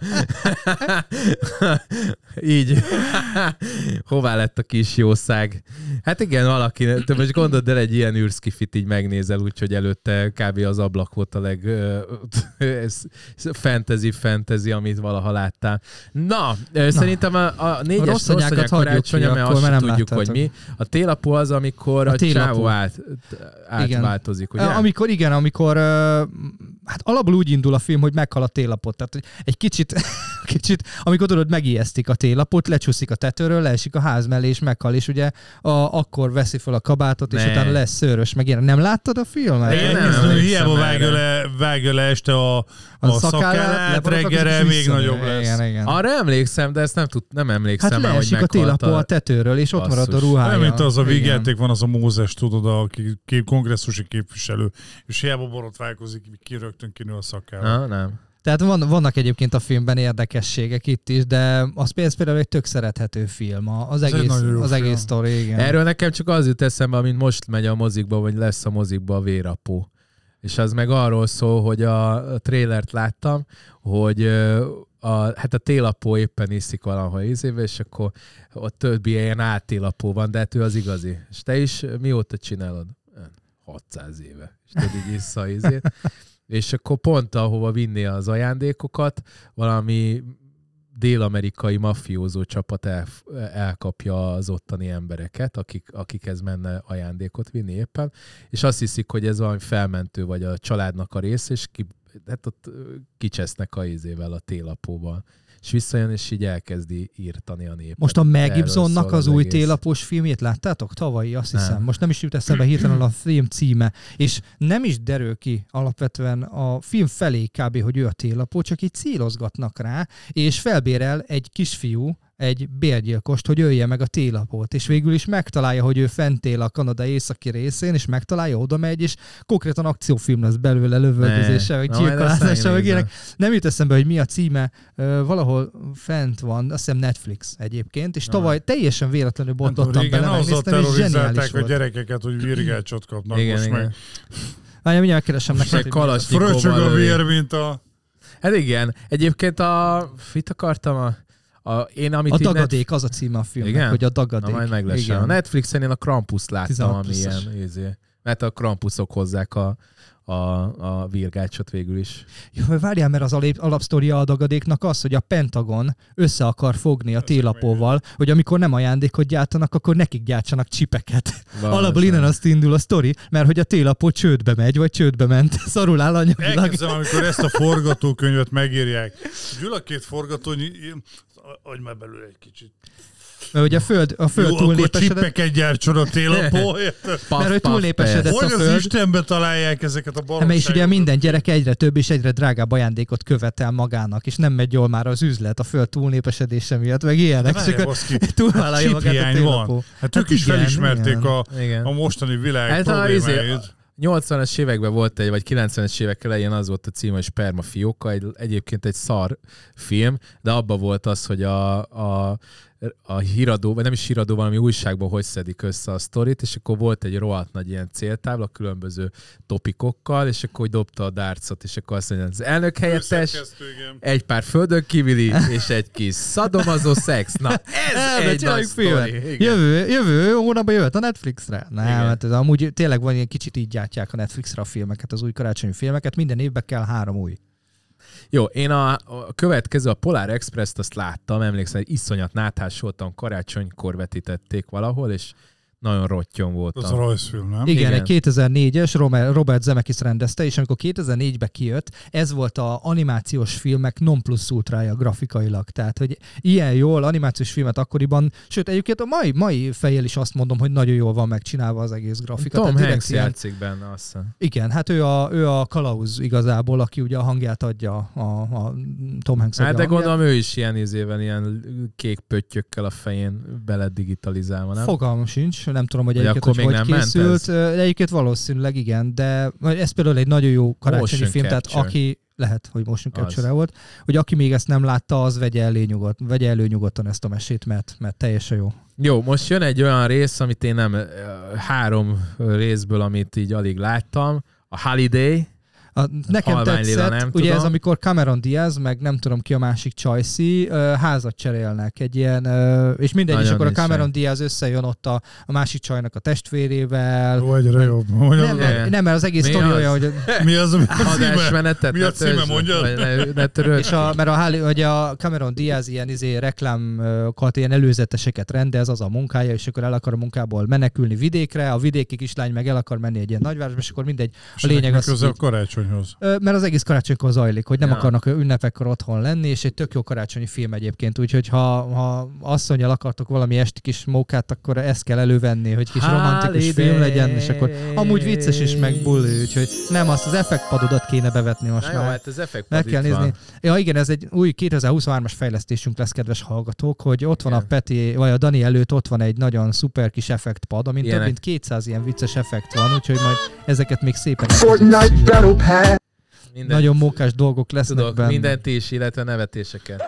így. Hová lett a kis jószág? Hát igen, valaki, te most gondold el, egy ilyen űrszkifit így megnézel, úgyhogy előtte kb. Az ablak volt a leg ez fantasy, fantasy, amit valaha láttál. Na, Na. szerintem a, a négyes rossz anyák karácsonya, mert azt tudjuk, láttátok. Hogy mi. A télapó az, amikor a, a csávó át, átváltozik, ugye? Amikor igen, amikor hát alapból úgy indul a film, hogy meghal a télapot. Tehát hogy egy kicsit, kicsit, amikor tudod, megijesztik a télapot, lecsúszik a tetőről, leesik a ház mellé, és meghal, és ugye a, akkor veszi fel a kabátot, és ne. utána lesz szőrös, meg ilyen. Nem láttad a filmet? Én nem, nem, nem hiába vágja le, vágja le este a, a, a szakállát, reggelre még nagyobb lesz. Igen, igen. Arra emlékszem, de ezt nem, tud, nem emlékszem hát már, hogy meghalt. Hát leesik a télapó a tetőről, és ott marad a ruhája. Nem, mint az a vígjáték van, az a Mózes, tudod, a kép, kongresszusi képviselő, és hiába borotválkozik, ki rögtön kinő a szakával. Na, nem. Tehát van, vannak egyébként a filmben érdekességek itt is, de az például egy tök szerethető film, az Ez egész, az egész sztori, igen. Erről nekem csak az jut eszembe, amint most megy a mozikba, vagy lesz a mozikba a Vérapó. És az meg arról szól, hogy a, a trailert láttam, hogy a, hát a télapó éppen iszik valahol ízébe, és akkor ott többi ilyen áttélapó van, de hát ő az igazi. És te is mióta csinálod? hatszáz éve. És tudod, így issza ízét. És akkor pont ahova vinni az ajándékokat, valami dél-amerikai mafiózó csapat el, elkapja az ottani embereket, akik, akikhez menne ajándékot vinni éppen, és azt hiszik, hogy ez valami felmentő, vagy a családnak a rész, és ki, hát ott kicsesznek a ízével, a télapóval. és visszajön, és így elkezdi írtani a népet. Most a Mel Gibsonnak az, az új egész. télapós filmjét láttátok? Tavalyi, azt hiszem. Nem. Most nem is jut eszembe hirtelen a film címe. És nem is derül ki alapvetően a film felé kb. Hogy ő a télapó, csak így célozgatnak rá, és felbérel egy kisfiú, egy bérgyilkost, hogy ölje meg a télapót, és végül is megtalálja, hogy ő fent él a Kanada északi részén, és megtalálja, oda megy, és konkrétan akciófilm lesz belőle, lövöldözése, meg gyilkolázása, meg ilyenek. Nem jut eszembe, hogy mi a címe, valahol fent van, azt hiszem Netflix egyébként, és tavaly teljesen véletlenül bontottam bele, megnéztem, és zseniális volt. A gyerekeket, hogy virgácsot kapnak igen, most igen. meg. Várjál, mindjárt keresem neked. Fröcsög a vér, mint a... Hát igen. Egyébként a... Mit akartam? A, a, én, amit a Dagadék, net... az a címe a filmnek, igen? hogy a Dagadék. Na majd meg lesz. A Netflixen én a Krampuszt láttam, ami ilyen, ízé. Mert a Krampuszok hozzák a, a, a virgácsot végül is. Jó, várjál, mert az alapsztoria a Dagadéknak az, hogy a Pentagon össze akar fogni a télapóval, hogy amikor nem ajándékot gyártanak, akkor nekik gyártsanak csipeket. Alapból innen azt indul a sztori, mert hogy a télapó csődbe megy, vagy csődbe ment, szarul áll anyagilag. Elkezdem, amikor ezt a forgatókönyvet megírják. Gyűl a két forgatóny, adj már belőle egy kicsit. Mert ugye a föld, a föld jó, túlnépesedett. akkor csippeket gyártson a télapó. Mert hogy túlnépesedett a föld. Hogy az Istenbe találják ezeket a baromságokat? És ugye minden gyerek egyre több és egyre drágább ajándékot követel magának, és nem megy jól már az üzlet a föld túlnépesedése miatt, meg ilyenek. De várjál, baszki, túlvállalja magát a télapó. Van. Hát ők hát is igen, felismerték igen. A, igen. a mostani világ hát problémáit. nyolcvanas években volt egy, vagy kilencvenes évek elején az volt a címe, hogy Sperma fióka, egy, egyébként egy szar film, de abban volt az, hogy a, a, a híradó, vagy nem is híradó, valami újságban hogy szedik össze a sztorit, és akkor volt egy rohadt nagy ilyen céltábla különböző topikokkal, és akkor hogy dobta a dárcot, és akkor azt mondja, az elnök helyettes, egy pár földön kívüli, és egy kis szadomazó szex. Na, ez El, egy nagy sztori. Jövő, jövő hónapban jöhet a Netflixre. Nem, hát ez amúgy tényleg van ilyen kicsit így gyártják a Netflixre a filmeket, az új karácsonyi filmeket, minden évben kell három új. Jó, én a, a következő, a Polar Express-t azt láttam, emlékszem, hogy iszonyat náthás voltam, karácsonykor vetítették valahol, és nagyon rottyon voltam. Az a rajzfilm, nem? Igen, Igen, egy kétezer-négyes Robert Zemeckis rendezte, és amikor kétezer-négyben kijött, ez volt a animációs filmek non plus ultrája grafikailag. Tehát, hogy ilyen jól animációs filmet akkoriban, sőt, egyébként a mai, mai fejjel is azt mondom, hogy nagyon jól van megcsinálva az egész grafika. Tom Hanks játszik benne, azt hiszem. Igen, hát ő a, ő a kalauz igazából, aki ugye a hangját adja, a, a Tom Hanks adja. Hát de gondolom ő is ilyen izében, ilyen kék pöttyökkel a fején beledigitalizálva, nem? Fogalmam sincs. Nem tudom, hogy egyébként hogy, hogy készült. Egyébként valószínűleg igen, de ez például egy nagyon jó karácsonyi film, tehát aki lehet, hogy motion capture volt, hogy aki még ezt nem látta, az vegye elő, nyugodt, vegye elő nyugodtan ezt a mesét, mert, mert teljesen jó. Jó, most jön egy olyan rész, amit én nem, három részből, amit így alig láttam. A Holiday. A, nekem Halvány tetszett, lila, nem ugye tudom. Ez amikor Cameron Diaz, meg nem tudom ki a másik Csajci, uh, házat cserélnek egy ilyen, uh, és mindegy, és akkor a Cameron sem. Diaz összejön ott a, a másik csajnak a testvérével. Ó, egyre jobb. Nem, nem, nem, mert az egész sztori olyan, hogy... Mi az, mi a címe? Mi a címe, mondjad? És a, mert a, hogy a Cameron Diaz ilyen izé, reklámokat, ilyen előzeteseket rendez, az a munkája, és akkor el akar a munkából menekülni vidékre, a vidéki kislány meg el akar menni egy ilyen nagyvárosba, és akkor mindegy. A lényeg az, a karácsonyhoz. Mert az egész karácsonykor zajlik, hogy nem ja. akarnak ünnepekkor otthon lenni, és egy tök jó karácsonyi film egyébként, úgyhogy ha, ha asszonnyal akartok valami esti kis mókát, akkor ezt kell elővenni, hogy kis Holiday. Romantikus film legyen, és akkor amúgy vicces is meg bulli, úgyhogy nem azt az effektpadodat kéne bevetni most Na már. Jó, hát az meg kell nézni. Van. Ja igen, ez egy új kétezer-huszonhármas fejlesztésünk lesz, kedves hallgatók, hogy ott van igen. a Peti, vagy a Dani előtt ott van egy nagyon szuper kis effektpad, amin több mint kétszáz ilyen vicces effekt van, úgyhogy majd ezeket még szépen Minden, nagyon mókás dolgok lesznek tudok, benne. mindent is, illetve nevetéseket.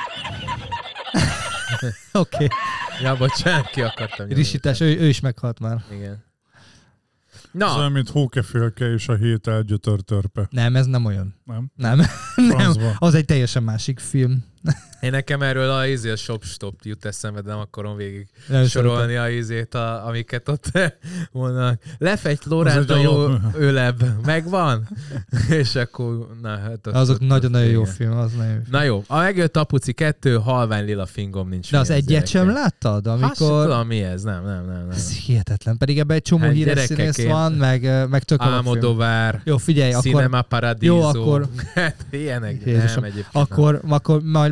Oké. Okay. Ja, bocsánat, ki akartam. Risítás, ő, ő is meghalt már. Igen. Na. Ez olyan, mint Hókefélke és a hét elgyötörtörpe. Nem, ez nem olyan. Nem? Nem. nem. Az egy teljesen másik film. Én nekem erről a izé a Shop Stop jut eszembe, de nem akarom végig nem sorolni a izét, a, amiket ott mondanak. Lefegy Lórend a jó öleb. Megvan? És akkor... Na, hát ott, azok nagyon-nagyon jó igen. film. Az nagyon jó film. Na jó, a megjött Apuci kettő, halvány lila fingom nincs. De az egyet sem láttad? Amikor... Hát tudom, mi ez? Nem, nem, nem. nem. Ez hihetetlen. Pedig ebben egy csomó hát híres színész van, meg, meg tök Almodóvár, jó, figyelj, akkor... Cinema Paradiso. Jó, akkor... Hát ilyenek, Jézusom. nem egyébként. Akkor, akkor majd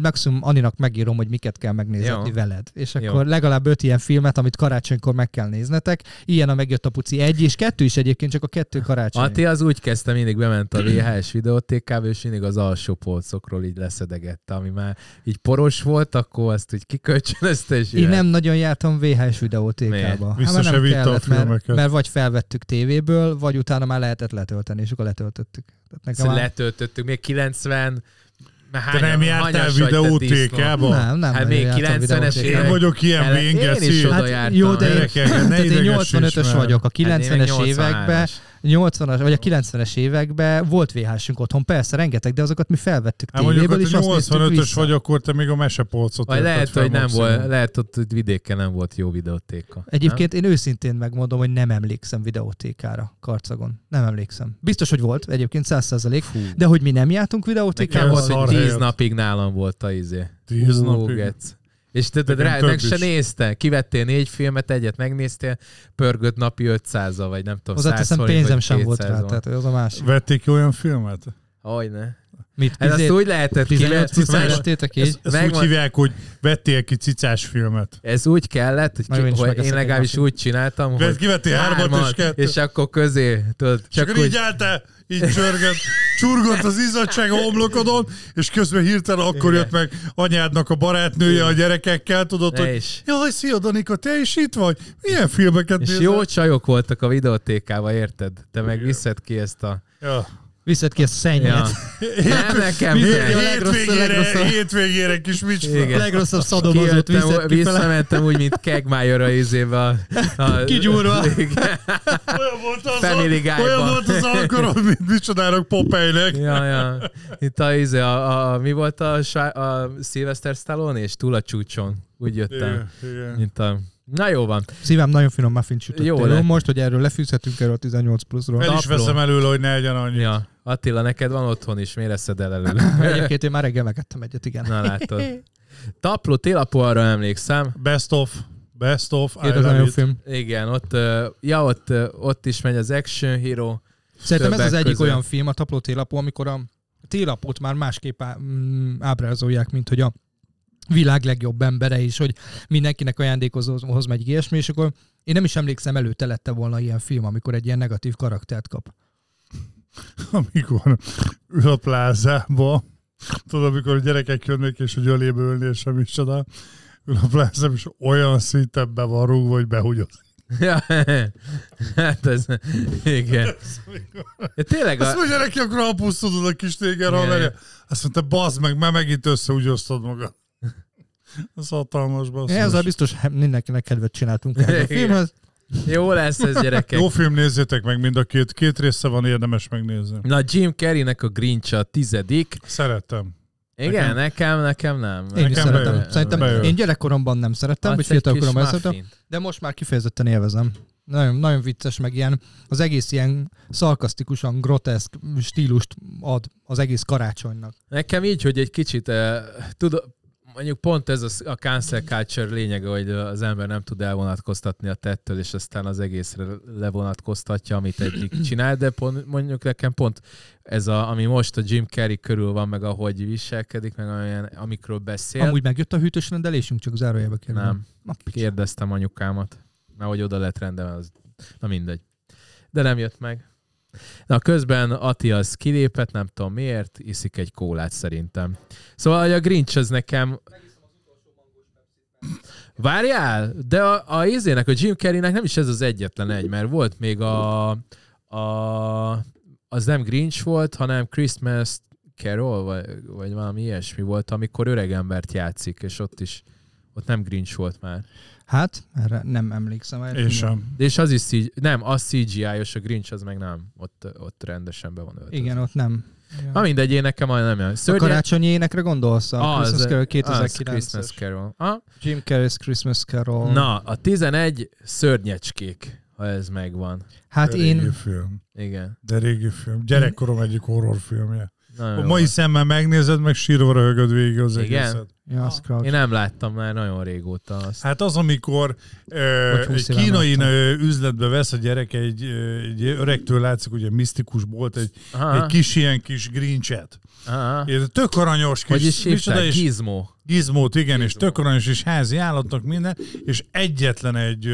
majd maximum Aninak megírom, hogy miket kell megnézni veled. És akkor Jó. legalább öt ilyen filmet, amit karácsonykor meg kell néznetek. Ilyen a Megjött a Puci egy, és kettő is egyébként, csak a kettő karácsony. Ati az úgy kezdte, mindig bement a vé há es videótékába, és mindig az alsó polcokról így leszedegette, ami már így poros volt, akkor azt úgy kikölcsönözte, és Én nem nagyon jártam vé há es videótékába. Vissza se vitte a filmeket. Mert, mert vagy felvettük tévéből, vagy utána már lehetett letölteni, és akkor letöltöttük. Szóval már... letöltöttük, még kilencven... Te nem jártál videótékába? Nem, nem. Hát még kilencvenes évek. Én vagyok ilyen véngesz. Én is oda jártam. Jó, de én, én nyolcvanötös vagyok. A kilencvenes hát években, nyolcvanas, vagy a kilencvenes években volt vé há esünk otthon, persze, rengeteg, de azokat mi felvettük hát tévéből, és azt nyolcvanötös vagy, akkor te még a mesepolcot vagy lehet, hogy nem volt, lehet, hogy vidéken nem volt jó videótéka. Egyébként nem? Én őszintén megmondom, hogy nem emlékszem videótékára Karcagon. Nem emlékszem. Biztos, hogy volt, egyébként száz százalék, de hogy mi nem jártunk videótékára. Nekem volt, hogy tíz napig nálam volt a izé. Tíz napig? És te, te rá, meg se nézte. Kivettél négy filmet, egyet megnéztél, pörgött napi ötszázal, vagy nem tudom, száz forint, pénzem sem volt rá, tehát az a másik. Vették ki olyan filmet? Hogyne. Mit? Ez azt úgy lehetett kivettétek Ezt, ezt úgy hívják, hogy vettél ki cicás filmet. Ez úgy kellett, hogy, ki, hogy én legalábbis úgy csináltam, Vett, hogy kivettél hármat és kettőt. És akkor közé, tudod, csak, csak úgy... így álltál, így csörgött, csurgott az izzadság a homlokodon, és közben hirtelen akkor jött meg anyádnak a barátnője a gyerekekkel, tudod, ne hogy is. Jaj, szia Danika, te is itt vagy? Milyen filmeket és nézel? Jó csajok voltak a videótékába, érted? Te meg viszed ki ezt a... Ja. Viszed ki a szennyet. Ja. Nem nekem. Hétvégére, hétvégére kis micsoda. A legrosszabb szadomozót viszed ki fele. Visszamentem úgy, mint Kegmájorra izébe a... a Kigyúrva. Olyan volt az, a, olyan volt az alkalom, mint micsodának Popeye-nek. Ja, ja. Itt a, izé, a, a, mi volt a, a Sylvester Stallone, és túl a csúcson. Úgy jöttem. Igen, igen. Mint a... Na jó van. Szívem, nagyon finom muffin sütöttél. Jó, jó most, hogy erről lefűzhetünk erről a tizennyolc pluszról. El is veszem előle, hogy ne legyen annyi. Ja. Attila, neked van otthon is, miért eszed el előle? Egyébként én már reggel megettem egyet, igen. Na látod. Tapló télapóarra emlékszem. Best of. Best of. Két az nagyon film. Igen, ott, ja, ott, ott is megy az Action Hero. Szerintem ez az egyik közül. Olyan film, a Tapló télapó, amikor a télapót már másképp ábrázolják, mint hogy a világ legjobb embere is, hogy mindenkinek ajándékozóhoz megy ilyesmi, és akkor én nem is emlékszem, előtte lette volna ilyen film, amikor egy ilyen negatív karaktert kap. Amikor ül a plázába, tudod, amikor a gyerekek jönnek, és hogy ölébe ülni, és semmi csoda, ül a plázába, és olyan szinten be van rúgva, hogy behugyozik. Ja, hát ez, igen. Ja, tényleg a... Azt mondja neki, akkor apusztodod a kis téger haverja. Azt mondta, bazd meg, már megint összeúgyosztod magad. Az hatalmas basszus. Ezzel biztos mindenkinek kedvet csináltunk a filmhez. Jó lesz ez, gyerekek. Jó film, nézzétek meg mind a két. Két része van, érdemes megnézni. Na, Jim Carreynek a Grinch a tizedik. Szerettem. Igen, nekem, nekem nem. Én is nekem szeretem. Bejön. Szerintem Bejön. én gyerekkoromban nem szerettem, vagy fiatalkoromban szerettem, de most már kifejezetten élvezem. Nagyon, nagyon vicces, meg ilyen, az egész ilyen szarkasztikusan, groteszk stílust ad az egész karácsonynak. Nekem így, hogy egy kicsit, uh, tud, mondjuk pont ez a, a cancel culture lényege, hogy az ember nem tud elvonatkoztatni a tettől, és aztán az egészre levonatkoztatja, amit egyik csinál, de pont, mondjuk nekem pont ez, a, ami most a Jim Carrey körül van, meg ahogy viselkedik, meg olyan, amikről beszél. Amúgy megjött a hűtős rendelésünk, csak zárójelbe kérdezem. Nem. Na, kérdeztem anyukámat. Na, hogy oda lett rendelve, az... Na mindegy. De nem jött meg. Na, közben Ati az kilépett, nem tudom miért, iszik egy kólát szerintem. Szóval a Grinch az nekem... Várjál, de a, a izének, a Jim Carreynek nem is ez az egyetlen egy, mert volt még a... a az nem Grinch volt, hanem Christmas Carol, vagy, vagy valami ilyesmi volt, amikor öregembert játszik, és ott is, ott nem Grinch volt már. Hát, erre nem emlékszem. Én sem. De és az is C G I, nem, az cé gé í-os, a Grinch az meg nem. Ott, ott rendesen be van öltözve. Igen, ott nem. Na mindegy, én nekem majd nem jön. Szörnye... A karácsonyi énekre gondolsz? A az, Christmas Carol kétezer-kilences. Christmas Carol. Ah? Jim Carrey's Christmas Carol. Na, a tizenegy Szörnyecskék, ha ez megvan. Hát de én... régi film. Igen. De régi film. Gyerekkorom egyik horrorfilmje. A mai szemmel megnézed, meg sírva röhögöd végig az igen? egészet. Ja, Én nem láttam már nagyon régóta azt. Hát az, amikor ö, egy kínai üzletbe vesz a gyerek egy, egy öregtől látszik, ugye misztikus bolt, egy, egy kis ilyen kis Grinchet. Ez tök aranyos kis... Hogy is hívták? Gizmo. Gizmót, igen, Gizmo. És tök aranyos és házi állatnak minden, és egyetlen egy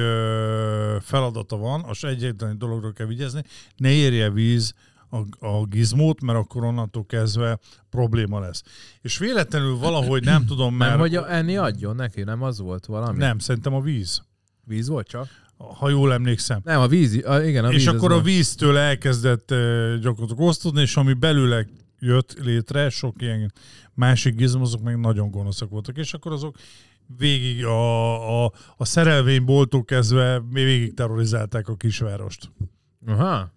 ö, feladata van, az egyetlen egy dologról kell vigyázni, ne érje víz a, a Gizmót, mert akkor onnantól kezdve probléma lesz. És véletlenül valahogy nem tudom már... Nem, hogy enni adjon neki, nem az volt valami? Nem, szerintem a víz. Víz volt csak? Ha jól emlékszem. Nem, a víz, a, igen, a víz. És akkor a víztől elkezdett uh, gyakorlatilag osztodni, és ami belőle jött létre, sok ilyen másik Gizmo, azok meg nagyon gonoszak voltak, és akkor azok végig a, a, a szerelvényboltól kezdve végig terrorizálták a kisvárost. Aha.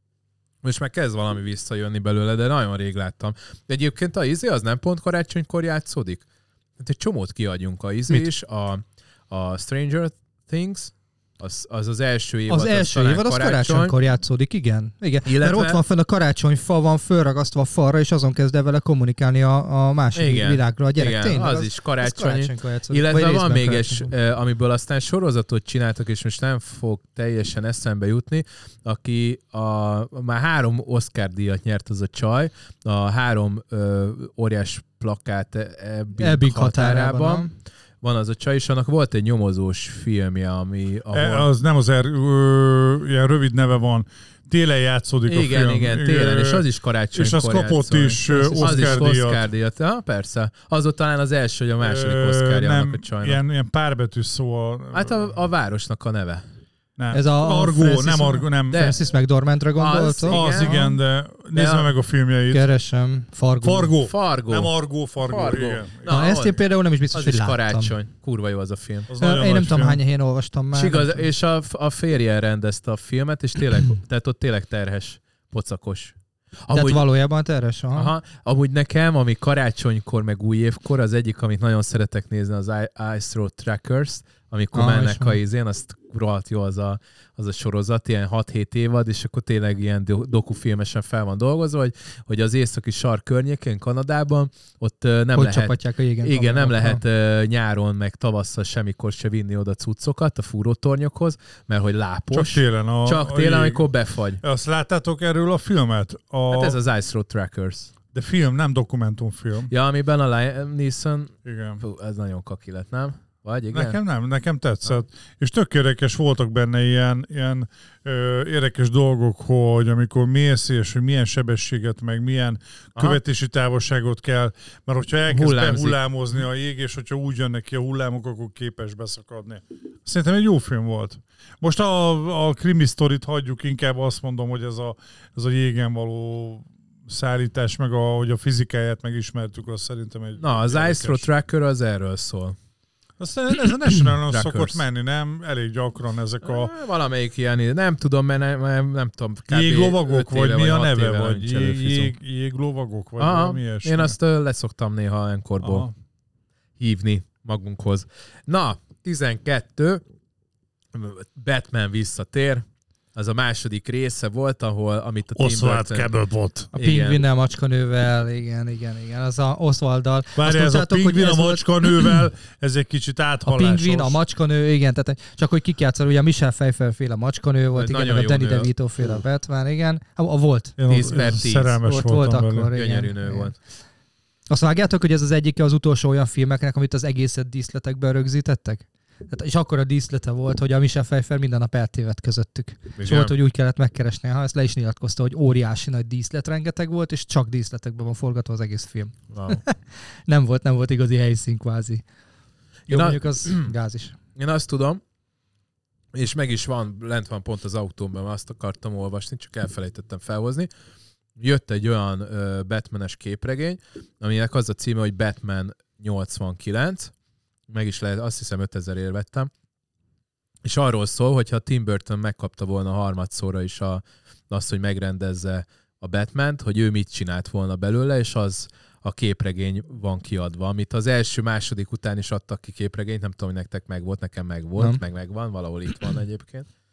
Most már kezd valami visszajönni belőle, de nagyon rég láttam. De egyébként a izé az nem pont karácsonykor játszódik? Hát egy csomót kiadjunk a izé is, a, a Stranger Things, az az, az első évad. Az első az évad az karácsonykor játszódik, igen. igen. Illetve... Mert ott van fenn a karácsonyfa, van fölragasztva a falra, és azon kezd el vele kommunikálni a, a másik igen. világra a gyerek. Igen, tényleg, az, az is karácsonyi. Illetve van még egy, amiből aztán sorozatot csináltak, és most nem fog teljesen eszembe jutni, aki a, már három Oscar-díjat nyert az a csaj, a három ö, óriás plakát Ebbing, Ebbing határában. határában. Van az a csaj, és annak volt egy nyomozós filmje, ami... Ahol... E, az nem az er, ö, ilyen rövid neve van. Télen játszódik igen, a film. Igen, igen, télen, és az is karácsonykor És az kapott is Oscar-díjat. Az is Oscar-díjat, ja, persze. Az ott talán az első, hogy a második Oscar-ja annak a csajnak. Ilyen, ilyen párbetűs szó a... Hát a, a városnak a neve. Nem. Ez a Argo, Francis, nem Argo, nem. De. Francis McDormandra gondoltok? Az, az igen, de nézd meg a filmjeit. Keresem. Fargo. Fargo. Fargo. Nem Argo, Fargo. Fargo. Igen. Na, Na ezt én például nem is biztos, az hogy is láttam. karácsony. Kurva jó az a film. Az én nem tudom, film. hány helyen olvastam már. És, igaz, és a, a férje rendezte a filmet, és tényleg, tehát ott tényleg terhes, pocakos. Amúgy, tehát valójában terhes? Aha. aha. Amúgy nekem, ami karácsonykor, meg új évkor, az egyik, amit nagyon szeretek nézni, az Ice Road Trackers, amikor ah, mennek a izén, azt rohadt jó az a, az a sorozat, ilyen hat-hét évad, és akkor tényleg ilyen dokufilmesen fel van dolgozva, hogy, hogy az északi sark környékén, Kanadában, ott nem hogy lehet... csapatják a jégen. Igen, nem lehet uh, nyáron, meg tavasszal semmikor se vinni oda cuccokat a fúrótornyokhoz, mert hogy lápos. Csak télen. A, Csak télen, a amikor befagy. Azt láttátok erről a filmet? A... Hát ez az Ice Road Trackers. De film, nem dokumentumfilm. Ja, amiben a Liam Neeson... Igen. Fú, ez nagyon kaki lett, nem? Vagy, igen? Nekem nem, nekem tetszett. Ah. És tök érdekes voltak benne ilyen, ilyen ö, érdekes dolgok, hogy amikor mész, és hogy milyen sebességet, meg milyen Aha. követési távolságot kell, mert hogyha elkezd Hullámzik. behullámozni a jég, és hogyha úgy jönnek ki a hullámok, akkor képes beszakadni. Szerintem egy jó film volt. Most a, a krimi sztorit hagyjuk, inkább azt mondom, hogy ez a, ez a jégen való szállítás, meg a, hogy a fizikáját megismertük, az szerintem egy... Na, az Ice Road Tracker az erről szól. Aztán ez a National szokott menni, nem? Elég gyakran ezek a... Valamelyik ilyen, nem tudom, mert nem, nem, nem tudom. Jéglovagok, vagy mi a neve? Vagy jég, jég, jéglovagok, vagy Aha, valami ilyesmi. Én azt leszoktam néha enkorból Aha. hívni magunkhoz. Na, tizenkettő Batman visszatér. Az a második része volt, ahol, amit a Oswald Cobblepot. A pingvinnel, macskanővel, igen, igen, igen. Az a Oswalddal. Várj, ez a pingvin a macskanővel, ez egy kicsit áthalásos. A pingvin, a macskanő, igen, tehát csak hogy kikjátszol, ugye a Michelle Pfeiffer féle macskanő volt, igen, a Danny DeVito féle Batman, igen. A, a volt. tíz per tíz. Szerelmes volt, volt akkor, igen. Gyönyörű nő volt. Azt vágjátok, hogy ez az egyike az utolsó olyan filmeknek, amit az egészet díszletekben rögzítettek? Tehát, és akkor a díszlete volt, hogy a Michelle Pfeiffer minden nap eltévedt közöttük. Igen. És volt, hogy úgy kellett megkeresni, ha ezt le is nyilatkozta, hogy óriási nagy díszlet rengeteg volt, és csak díszletekben van forgatva az egész film. Wow. nem volt, nem volt igazi helyszín kvázi. Jó, én mondjuk az gáz is. Én azt tudom, és meg is van, lent van pont az autómban, azt akartam olvasni, csak elfelejtettem felhozni. Jött egy olyan uh, Batman-es képregény, aminek az a címe, hogy Batman nyolcvankilenc, meg is lehet, azt hiszem ötezerért vettem, és arról szól, hogyha Tim Burton megkapta volna harmadszorra is a, azt, hogy megrendezze a Batmant, hogy ő mit csinált volna belőle, és az a képregény van kiadva, amit az első, második után is adtak ki képregényt, nem tudom, hogy nektek meg volt, nekem meg volt, nem. meg megvan, valahol itt van egyébként.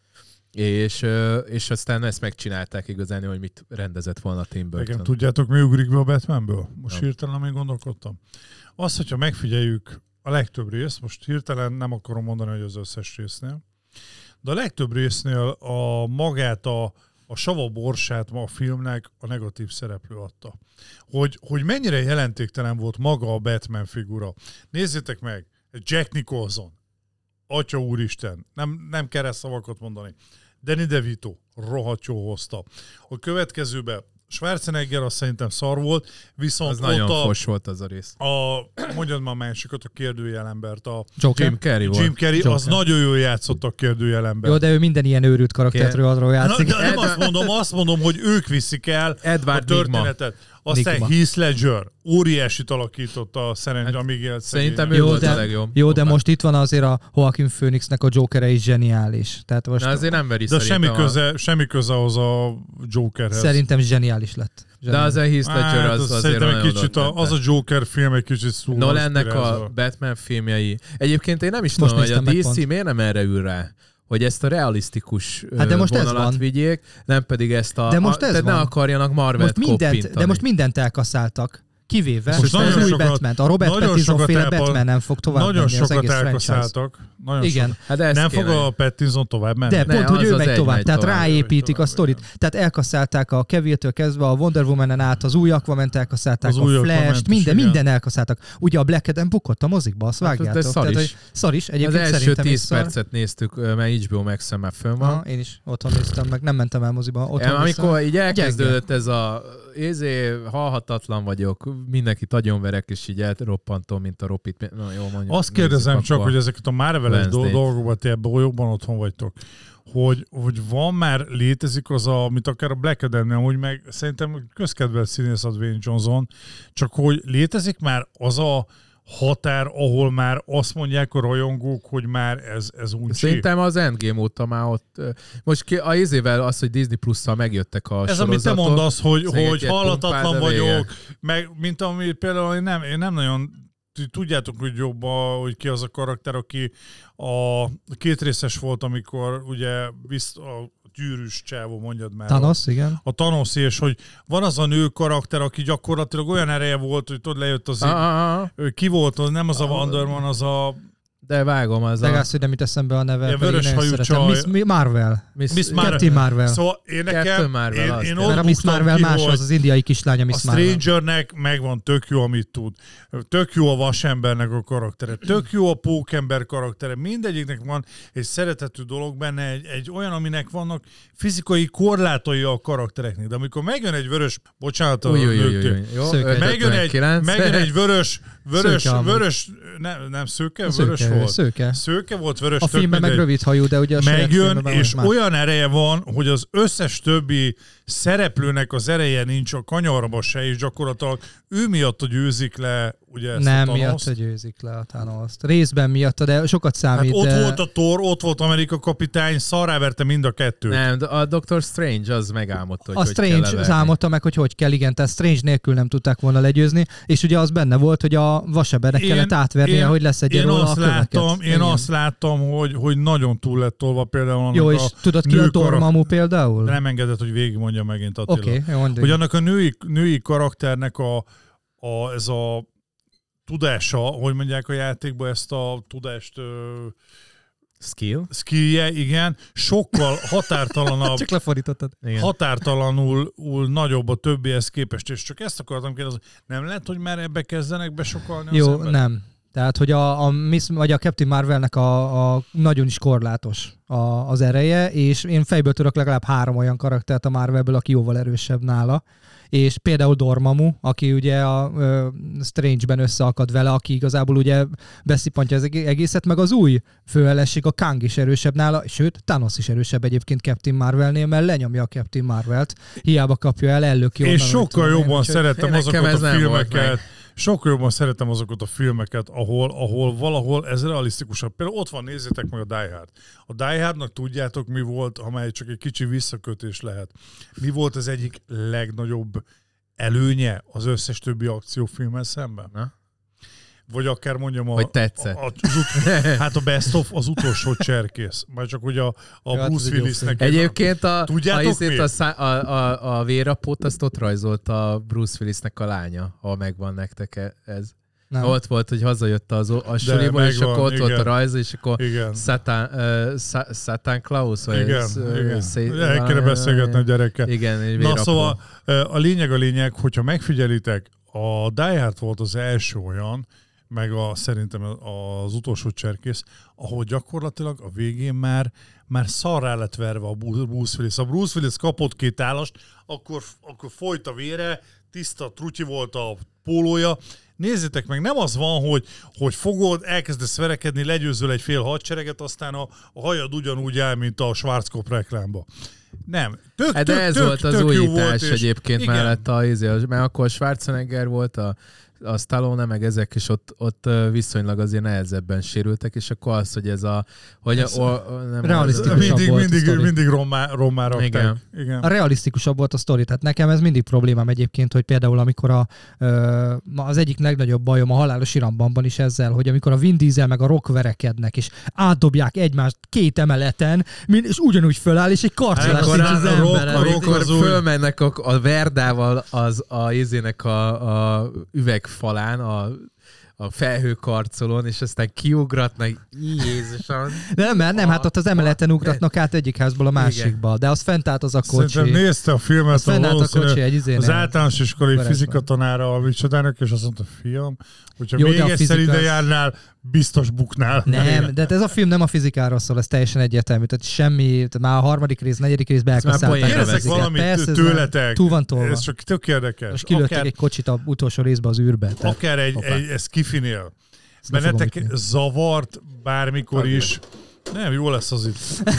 És, és aztán ezt megcsinálták igazán, hogy mit rendezett volna Tim Burton. Igen, tudjátok, mi ugrik be a Batmanből? Most no. hirtelen még gondolkodtam. Azt, hogyha megfigyeljük a legtöbb részt, most hirtelen nem akarom mondani, hogy az összes résznél, de a legtöbb résznél a magát, a, a savaborsát ma a filmnek a negatív szereplő adta. Hogy, hogy mennyire jelentéktelen volt maga a Batman figura. Nézzétek meg, Jack Nicholson, Atya úristen, nem, nem keresztszavakat mondani. Danny DeVito rohadt jó hozta. A következőben Schwarzenegger azt szerintem szar volt, viszont az ott nagyon a, fos volt az a rész. A, mondjad már a másikat, a kérdőjelembert. A Joker? Jim Carrey volt. Jim Carrey, Joker. az nagyon jól játszott a kérdőjelembert. Jó, de ő minden ilyen őrült karakterről arról játszik. Na, nem azt mondom, azt mondom, hogy ők viszik el Edward a történetet. Nigma. Aztán Nigma. Heath Ledger óriásit alakította a szerencsé, Hát, amíg élt szerintem szegény. ő Jó, volt de, a legjobb. jó, de Hoppá. most itt van azért a Joaquin Phoenixnek a Jokere is zseniális. Tehát most Na azért nem veri De semmi szerintem köze, semmi köze ahhoz a Jokerhez. szerintem zseniális lett. De Zseniális. az a Heath Ledger Hát, az az azért szerintem egy nagyon kicsit oda a, az a tette. Joker film egy kicsit szúr. Nolannek a Batman filmjei. Egyébként én nem is Most tudom, hogy a néztem meg dé cé pont. miért nem erre ül rá, hogy ezt a realisztikus Hát de most ez vonalat van. vigyék, nem pedig ezt a... De most a, ez tehát ne van. akarjanak Marvelt most mindent, koppintani. de most mindent elkasszáltak. Kivéve Most most az nagyon új sokat- Batman. A Robert nagyon Pattinson sokat féle elpa- Batman nem fog tovább Nagyon menni az sokat egész franchise. elkaszáltak. Nagyon Igen. sokat. Hát ezt Nem kéne. fog a Pattinson tovább menni? De Ne, pont, hogy az ő az megy egy tovább. megy Tehát tovább. ráépítik Tovább, a sztorit. igen. Tehát elkasszálták a Cavill-től kezdve a Wonder Woman-en át, az új Aquaman-t elkasszálták, Az a új Flash-t, Aquament is, minden, igen. minden elkasszáltak. Ugye a Black Adam bukott a mozikba, azt Hát, de vágjátok. szar Tehát, is. hogy szar is. Az Egyébként első szerintem is tíz szar. percet néztük, mert há bé o Max-en már fönn van. Aha, én is otthon néztem meg, nem mentem el moziba. Otthon Amikor néztem. így elkezdődött ez a ézé, halhatatlan vagyok, mindenkit agyonverek, és így elroppantom, mint a ropit. Na, jó, mondjuk, Azt kérdezem nézzük csak, akkor. hogy ezeket a Marvel-es Wednesday. dolgokat ti ebben jobban otthon vagytok. Hogy, hogy van már, létezik az a, mint akár a Black Adam-nél, hogy meg szerintem közkedvelt színész az Dwayne Johnson, csak hogy létezik már az a határ, ahol már azt mondják a rajongók, hogy már ez, ez uncsi. Szerintem az Endgame óta már ott... Most ki, a izével az, hogy Disney Plus-szal megjöttek a Ez, sorozatok. amit te mondasz, hogy, Szegény hogy egy hallatlan pumpál, de vagyok, vége. meg mint ami például én nem, én nem nagyon tudjátok, hogy jobban, hogy ki az a karakter, aki a kétrészes volt, amikor ugye bizt, a gyűrűs csávó, mondjad már. Thanos, igen. A Thanos, és hogy van az a nő karakter, aki gyakorlatilag olyan ereje volt, hogy tudod, lejött az... Ah, ah, ah. Ő ki volt, az nem az a Wonder Woman, az a... De vágom, az De a... gáz, hogy nem jut eszembe a neve. Ja, pedig vörös én nagyon hajú szeretem. csaj. Miss Mi- Marvel. Miss, Miss Marvel. Captain Marvel. Szóval én nekem... Captain Marvel, én, azt én kell. ott Mert a Miss buktam Marvel ki, más, hogy az az indiai kislánya a Miss Marvel. Strangernek megvan tök jó, amit tud. Tök jó a vasembernek a karaktere. Tök jó a pókember karaktere. Mindegyiknek van egy szeretetű dolog benne, egy, egy olyan, aminek vannak fizikai korlátai a karaktereknek. De amikor megjön egy vörös, bocsánat a Új, új, új, nőktől, új. Jó, Szőke. megjön egy, ötvenkilenc. megjön egy vörös, vörös, Szőke amúgy. vörös, nem, nem szőke, Szőke, vörös volt. Szőke. Szőke volt, vörös, A tök filmben meg mindegy. rövid hajú, de ugye a saját Megjön, filmben és más. olyan ereje van, hogy az összes többi szereplőnek az ereje nincs a kanyarba se, és gyakorlatilag ő miatt győzik le ugye ezt Nem a miatta Thanost. győzik le a Thanost. Részben miatta, de sokat Hát számít. ott de... volt a Thor, ott volt Amerika kapitány, szarráverte mind a kettőt. Nem, de a Doctor Strange az megálmodta, hogy A hogy kell Strange leverni. számolta meg, hogy hogy kell, igen, tehát Strange nélkül nem tudták volna legyőzni, és ugye az benne volt, hogy a vasembernek kellett átvernie, hogy leszedje én róla azt a köveket. láttam, Én Igen. azt láttam, hogy, hogy nagyon túl lett tolva például annak Jó, és a tudod ki nő a Dormammu például? Nem engedett, hogy végigmondja megint Attila. Oké, okay, jó, mondjuk. Hogy annak a női, női karakternek a, a, ez a tudása, hogy mondják a játékban ezt a tudást, ö, Skill? skillje, igen, sokkal határtalanabb, Csak lefordítottad. Igen. határtalanul úl nagyobb a többihez képest, és csak ezt akartam kérdezni, nem lehet, hogy már ebbe kezdenek besokalni Jó, az emberek? nem. Tehát, hogy a, a Miss, vagy a Captain Marvelnek a, a nagyon is korlátos a, az ereje, és én fejből tudok legalább három olyan karaktert a Marvelből, aki jóval erősebb nála. És például Dormammu, aki ugye a ö, Strange-ben összeakad vele, aki igazából ugye beszippantja az egészet, meg az új főellenség, a Kang is erősebb nála, sőt, Thanos is erősebb egyébként Captain Marvelnél, mert lenyomja a Captain Marvelt, hiába kapja el, ellöki onnan. És amit sokkal tudom én, jobban úgyhogy- szeretem Nekem azokat ez a nem volt filmeket, meg. sokkal jobban szeretem azokat a filmeket, ahol, ahol valahol ez realisztikusabb. Például ott van, nézzétek meg a Die Hard. A Die Hardnak tudjátok mi volt, amely csak egy kicsi visszakötés lehet. Mi volt az egyik legnagyobb előnye az összes többi akciófilmmel szemben? Na? vagy akár mondjam a... Vagy tetszett. A, a, az ut- hát a Best of az utolsó cserkész. Már csak ugye a, a ja, Bruce Willisnek... Egyébként a, tudjátok a, a, a, a, a vérapót azt ott rajzolta Bruce Willisnek a lánya, ha megvan nektek ez. Nem. Ott volt, hogy hazajött az a suliból, és akkor ott igen. volt a rajz, és akkor Satan, uh, Satan Claus, vagy igen, ez, igen. Szé- el kéne beszélgetni a gyerekkel. Igen, na szóval a lényeg a lényeg, hogyha megfigyelitek, a Die Hard volt az első olyan, meg a, szerintem az utolsó cserkész, ahol gyakorlatilag a végén már, már szarrá lett verve a Bruce Willis. A Bruce Willis kapott két állast, akkor, akkor folyt a vére, tiszta trutyi volt a pólója. Nézzétek meg, nem az van, hogy, hogy fogod, elkezdesz verekedni, legyőzöl egy fél hadsereget, aztán a, a hajad ugyanúgy áll, mint a Schwarzkopf reklámba. Nem. Tök, de tök, ez tök, volt az tök újítás volt, egyébként mellett a izé, mert akkor Schwarzenegger volt, a, a Stallone, meg ezek is ott, ott viszonylag azért nehezebben sérültek, és akkor az, hogy ez a... Hogy ez a, a nem realisztikusabb mindig, volt mindig, a sztori. mindig rommá, rommá rakták. Igen. Igen. A realisztikusabb volt a sztori. Tehát nekem ez mindig problémám egyébként, hogy például amikor a, az egyik legnagyobb bajom a Halálos Irambanban is ezzel, hogy amikor a Vin Diesel meg a Rock verekednek, és átdobják egymást két emeleten, és ugyanúgy föláll, és egy karcolás nincs az emberen. Amikor fölmennek a, a Verdával az a izének a, a üvegfalán, a a felhőkarcolón, és aztán kiugratnak. Jézusom. Nem, mert nem, hát ott az emeleten ugratnak át egyik házból a másikba, de az fent állt az a kocsi. Szerintem nézte a filmet, az, a kocsi, egy izének, az általános iskolai fizikatanára a micsodának, és azt mondta, fiam, hogyha jó, még egyszer fizika... ide járnál, biztos buknál. Nem, de ez a film nem a fizikáról szól, ez teljesen egyértelmű. Tehát semmi, tehát már a harmadik rész, negyedik rész belkasszálták. Kérdezek valamit persze, tőletek. Túl van tolva. Ez csak tök érdekes. Most kilőttek akár, egy kocsit az utolsó részbe az űrbe. Tehát, akár egy, egy, egy skifinél. Bennetek zavart bármikor okay. is. Nem, jó lesz az itt.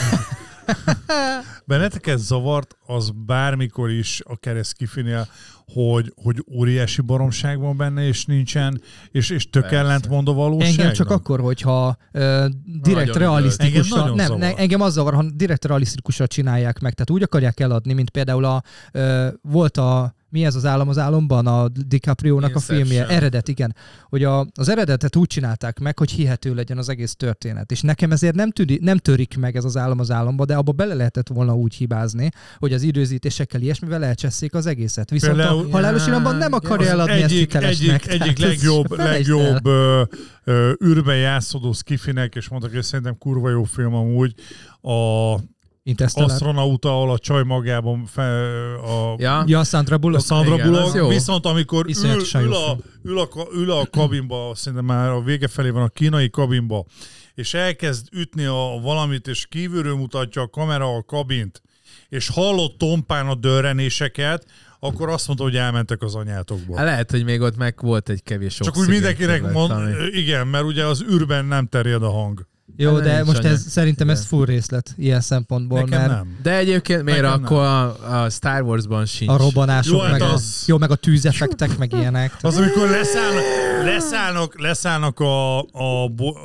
Benneteket zavart az bármikor is, akár ez kifinél, hogy, hogy óriási baromság van benne, és nincsen, és, és tök ellentmond a valóság. Engem csak akkor, hogyha uh, direkt realisztikusan, nem, ne, engem az zavar, ha direkt realisztikusan csinálják meg, tehát úgy akarják eladni, mint például a, uh, volt a mi ez az állam az álomban? A DiCaprio-nak a filmje. Eredet, igen. Hogy a, az eredetet úgy csinálták meg, hogy hihető legyen az egész történet. És nekem ezért nem, tüdi, nem törik meg ez az állam az álomba, de abba bele lehetett volna úgy hibázni, hogy az időzítésekkel ilyesmivel elcsesszék az egészet. Viszont Például, a Halálos Iramban nem akarja eladni egyik, ezt hitelesnek. Egyik, egyik legjobb, legjobb ö, ö, űrben játszódó skifinek, és mondtak, hogy szerintem kurva jó film amúgy, a Asztronauta, ahol a csaj magában fe, a, ja. ja, Sandra Bullock. Sandra Igen, Bullock. Viszont amikor ül, ül, a, ül, a, ül a kabinba, szerintem már a vége felé van a kínai kabinba, és elkezd ütni a valamit, és kívülről mutatja a kamera a kabint, és hallott tompán a dörrenéseket, akkor azt mondta, hogy elmentek az anyátokból. Hát lehet, hogy még ott meg volt egy kevés Csak úgy mindenkinek mond, igen, mert ugye az űrben nem terjed a hang. Jó, de most anyag. ez, szerintem ez full részlet ilyen szempontból. Nekem mert... nem. De egyébként miért akkor a, a Star Warsban sincs? A robbanások, jó, meg, az... a, jó, meg a tűzeffektek, meg ilyenek. Az, amikor leszállnak, leszállnak, leszállnak a, a,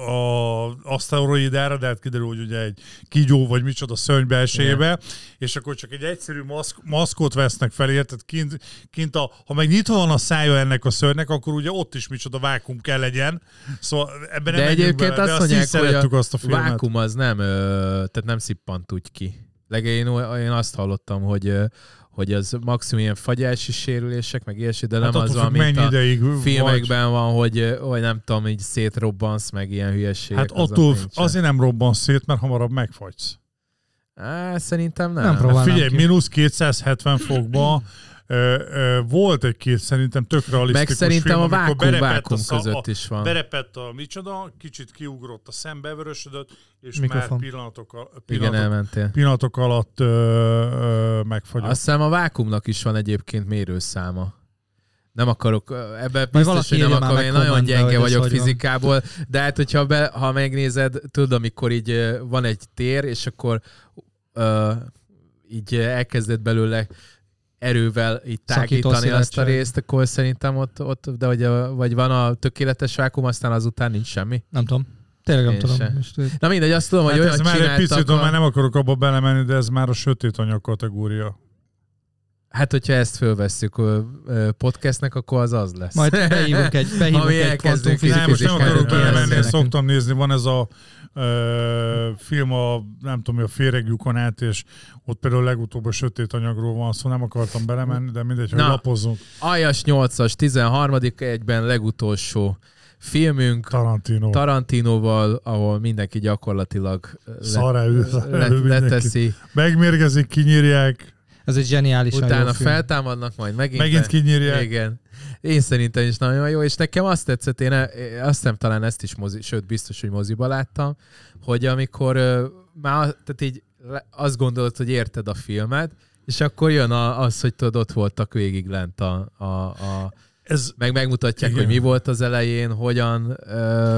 a aszteroidára, de hát kiderül, hogy ugye egy kígyó vagy micsoda szörny belsejébe, yeah. és akkor csak egy egyszerű maszk, maszkot vesznek fel, érted? Kint, kint a, ha meg nyitva van a szája ennek a szörnynek, akkor ugye ott is micsoda vákum kell legyen. Szóval ebben nem de egyébként bele, azt mondják, hogy a azt a filmet. vákum az nem, tehát nem szippant úgy ki. Legén én azt hallottam, hogy, hogy az maximum ilyen fagyási sérülések, meg ilyesmi, de hát nem az van, mint a filmekben vagy. van, hogy, hogy nem tudom, így szétrobbansz, meg ilyen hülyeségek. Hát attól azért nem robbansz szét, mert hamarabb megfagysz. Á, szerintem nem. nem hát figyelj, mínusz kétszázhetven fokba Ö, ö, volt egy-két szerintem tök realisztikus meg szerintem film, a vákum, vákum a, között is van. Berepett a micsoda, kicsit kiugrott a szem, bevörösödött, és Mikrofon. már pillanatok, pillanatok, Igen, pillanatok alatt ö, ö, megfagyott. Azt hiszem a vákumnak is van egyébként mérőszáma. Nem akarok, ebben biztos, hogy nem akarom, én nagyon gyenge vagyok fizikából, de hát hogyha be, ha megnézed, tudod, amikor így van egy tér, és akkor ö, így elkezded belőle erővel így tágítani azt a részt, akkor szerintem ott, ott de hogy a, vagy van a tökéletes vákum, aztán azután nincs semmi. Nem tudom. Tényleg nem Én tudom. Most, Na mindegy, azt tudom, hát hogy olyan csináltak. Ez már egy picit, a... már nem akarok abba belemenni, de ez már a sötét anyag kategória. Hát, hogyha ezt fölvesszük podcastnek, akkor az az lesz. Majd behívunk egy, behívunk egy kvantumfizikai. Most nem akarok belemenni, szoktam nézni, van ez a ö, film, a, nem tudom, a féregjukon át, és ott például legutóbb a sötét anyagról van szó, szóval nem akartam belemenni, de mindegy, hogy lapozzunk. Aljas nyolcas, tizenharmadik egyben legutolsó filmünk Tarantino. Tarantinoval, ahol mindenki gyakorlatilag le, le, leteszi. Megmérgezik, kinyírják. Ez egy zseniálisan utána jó film. Feltámadnak, majd megint. Megint kinyírják. Igen. Én szerintem is nagyon jó, és nekem azt tetszett, én azt hiszem talán ezt is mozi, sőt biztos, hogy moziba láttam, hogy amikor uh, már tehát így azt gondolod, hogy érted a filmet, és akkor jön a, az, hogy tudod, ott voltak végig lent a, a, a Ez, meg megmutatják, igen. hogy mi volt az elején, hogyan uh,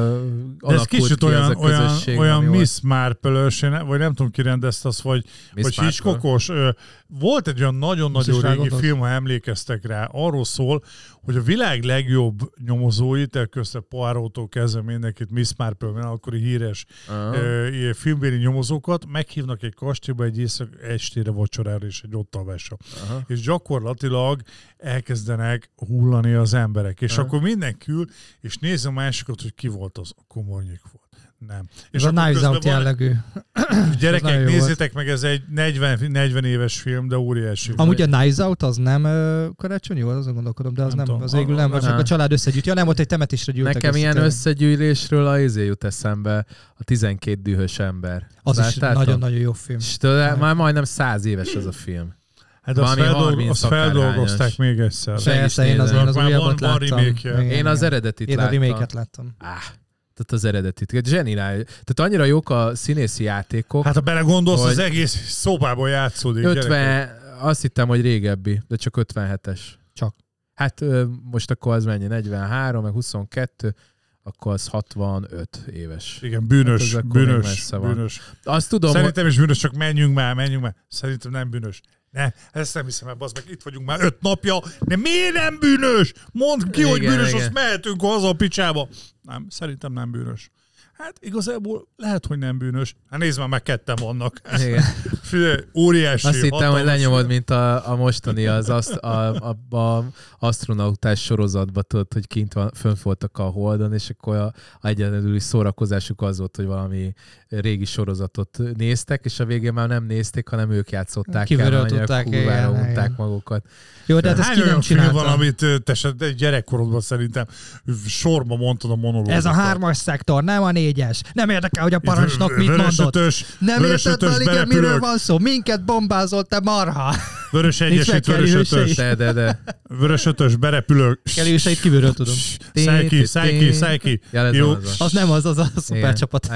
alakult kicsit ki olyan, ez a közösség. Olyan, olyan Miss Marple-ös, vagy nem tudom, ki rendezte azt, vagy, vagy Hitchcockos. Volt egy olyan nagyon-nagyon régi film, ha emlékeztek rá, arról szól, hogy a világ legjobb nyomozóit, közte Poirot-tól kezdve mindenkit, Miss Marple, akkori híres uh-huh. filmbéli nyomozókat, meghívnak egy kastélyba egy éjszak, estére vacsorára és egy ott alvásra. Uh-huh. És gyakorlatilag elkezdenek hullani az emberek. És uh-huh. akkor mindenki ül, és nézi a másikat, hogy ki volt az, akkor Mornyik volt. Nem. És a Knives Out jellegű. Gyerekek, nézzétek meg, ez egy negyven, negyven éves film, de óriási. Amúgy a Knives Out az nem uh, karácsonyi volt, azon gondolkodom, de az nem, nem az végül nem, vagy csak a család összegyűjt. Ja, nem, ott egy temetésre gyűltek. Nekem ilyen összegyűlésről a izé jut eszembe, a tizenkét dühös ember. Az Láttátok? Is nagyon-nagyon jó film. És tőle, már majdnem száz éves az a film. Hát azt, feldolg, azt feldolgozták még egyszer. Persze, én az, én az újabbat láttam. Én az eredetit láttam. Én a remake-et láttam. Tehát az eredetit. Zseniális. Tehát annyira jók a színészi játékok. Hát ha belegondolsz, az egész szobában játszódik. ötven, azt hittem, hogy régebbi, de csak ötvenhetes. Csak. Hát most akkor az mennyi? negyvenhárom, meg huszonkettő, akkor az hatvanöt éves. Igen, bűnös, hát bűnös, bűnös. Azt tudom, Szerintem is bűnös, csak menjünk már, menjünk már. Szerintem nem bűnös. Ne, ezt nem hiszem el, bazd meg, itt vagyunk már öt napja, de miért nem bűnös? Mondd ki, igen, hogy bűnös, igen. Azt mehetünk haza a picsába. Nem, szerintem nem bűnös. Hát igazából lehet, hogy nem bűnös. Hát nézd már, meg ketten vannak. Figyelj, óriási. Azt hittem, hogy lenyomod, mint a, a mostani az aszt, a, a, a asztronautás sorozatban, tudod, hogy kint van, fönt voltak a Holdon, és akkor a, a egyedüli szórakozásuk az volt, hogy valami régi sorozatot néztek, és a végén már nem nézték, hanem ők játszották el, tudták, kurvára unták magukat. Jó, de hát ezt ki nem csinálta. Van, amit te gyerekkorodban szerintem sorba mondtad a monológokat. Ez a hármas szektor, nem a négyes. Nem érdekel, hogy a parancsnok mit mondott. Nem érted, Maligen, miről van szó? Minket bombázol, te marha. Vörös egyesít, vörös ötös. De, de, de. Vörös ötös, berepülök. Kelőseit kívülről tudom. Szállj ki, szállj ki, szállj ki. Jó. Az nem az, az a szupercsapat.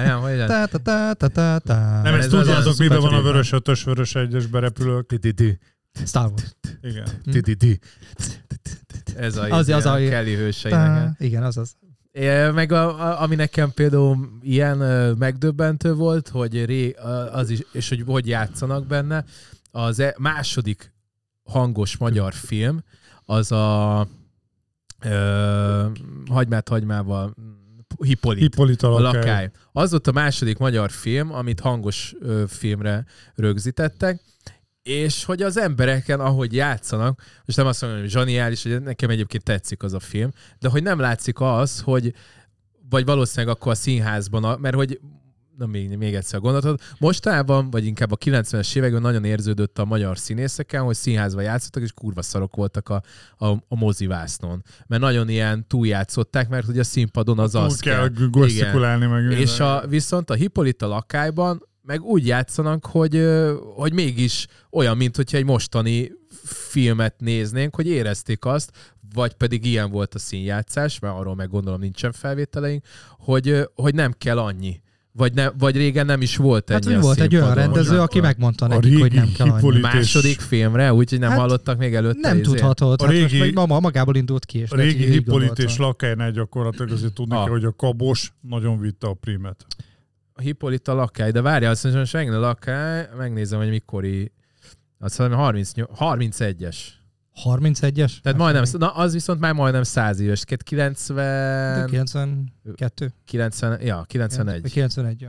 Nem, ezt tudjátok, miben van a vörös ötös, vörös egyes, berepülök. Star Wars. Igen. Ez a, az, az a Kelly hőseinek. Igen, az az. É, meg a, a, ami nekem például ilyen uh, megdöbbentő volt, hogy ré, uh, az is, és hogy hogy játszanak benne, az e, második hangos magyar film, az a uh, hagymát hagymával Hippolit, Hippolit a lakály. lakály. Az volt a második magyar film, amit hangos uh, filmre rögzítettek, és hogy az embereken, ahogy játszanak, most nem azt mondom, hogy zseniális, hogy nekem egyébként tetszik az a film, de hogy nem látszik az, hogy vagy valószínűleg akkor a színházban, mert hogy na még, még egyszer gondoltad, mostában, vagy inkább a kilencvenes években nagyon érződött a magyar színészeken, hogy színházban játszottak, és kurva szarok voltak a, a, a mozivásznon. Mert nagyon ilyen túljátszották, mert ugye a színpadon az az kell. Gesztikulálni meg. És a, viszont a Hippolit a lakályban meg úgy játszanak, hogy, hogy mégis olyan, mint hogyha egy mostani filmet néznénk, hogy érezték azt, vagy pedig ilyen volt a színjátszás, mert arról meg gondolom nincsen felvételeink, hogy, hogy nem kell annyi. Vagy, ne, vagy régen nem is volt ennyi hát, a volt egy olyan rendező, aki megmondta nekik, hogy nem kell annyi. Második filmre, úgyhogy nem hát hallottak még előtte. Nem tudhatod. A hát régi, most meg magából indult ki. És a régi Hippolit és lakálynál gyakorlatilag azért tudni kell, hogy a Kabos nagyon vitte a primet. A Hippolit a lakály, de várjál, azt mondom, hogy megnézem a lakály, megnézem, hogy mikori, azt mondom, harmincnyolc, harmincegyes. harmincegyes? Tehát majdnem, na az viszont már majdnem száz éves. kilencven... kilencvenkettő? kilencven, ja, kilencvenegy. kilencvenegy, ja.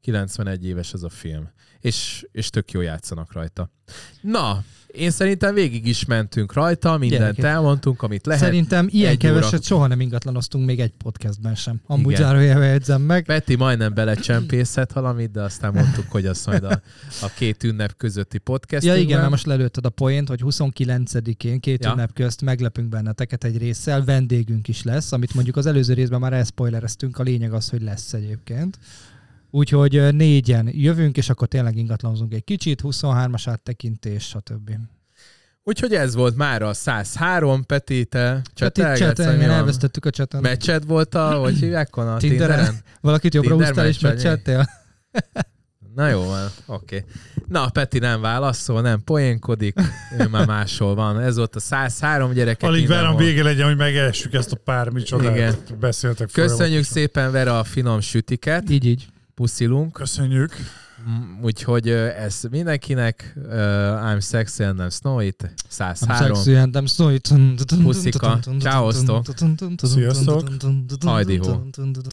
kilencvenegy éves ez a film. És, és tök jó játszanak rajta. Na, én szerintem végig is mentünk rajta, mindent Gyerekét. elmondtunk, amit lehet. Szerintem ilyen egy keveset óra... soha nem ingatlanoztunk még egy podcastben sem. Amúgy zárójelbe jegyzem meg. Peti majdnem belecsempészett valamit, de aztán mondtuk, hogy az majd a, a két ünnep közötti podcastünkben. Ja igen, mert most lelőtted a poént, hogy huszonkilencedikén két ja. ünnep közt meglepünk benneteket egy résszel, vendégünk is lesz, amit mondjuk az előző részben már elszpoilereztünk, a lényeg az, hogy lesz egyébként. Úgyhogy négyen jövünk, és akkor tényleg ingatlanozunk egy kicsit, huszonhármas áttekintés, stb. Úgyhogy ez volt már a száz három, Peti, te csetelgetsz? Igen, elvesztettük a cseten. Meccsed volt a, hogy hívják a Tinderen? Tinderen? Valakit jobbra húztál és meccseltél? Na jó van, oké. Okay. Na, Peti nem válaszol, nem poénkodik, ő már máshol van. Ez volt a száz három, gyerekek. Alig várom vége legyen, hogy megessük ezt a pár micsodát. Igen. Beszéltek Köszönjük szépen, Vera, a finom sütiket. Így, így. Puszilunk. Köszönjük. Úgyhogy ez mindenkinek. Uh, I'm sexy and I'm snowy. száz három. I'm sexy and I'm snowy. Puszika. Ciao. Sziasztok. Hajdi ho.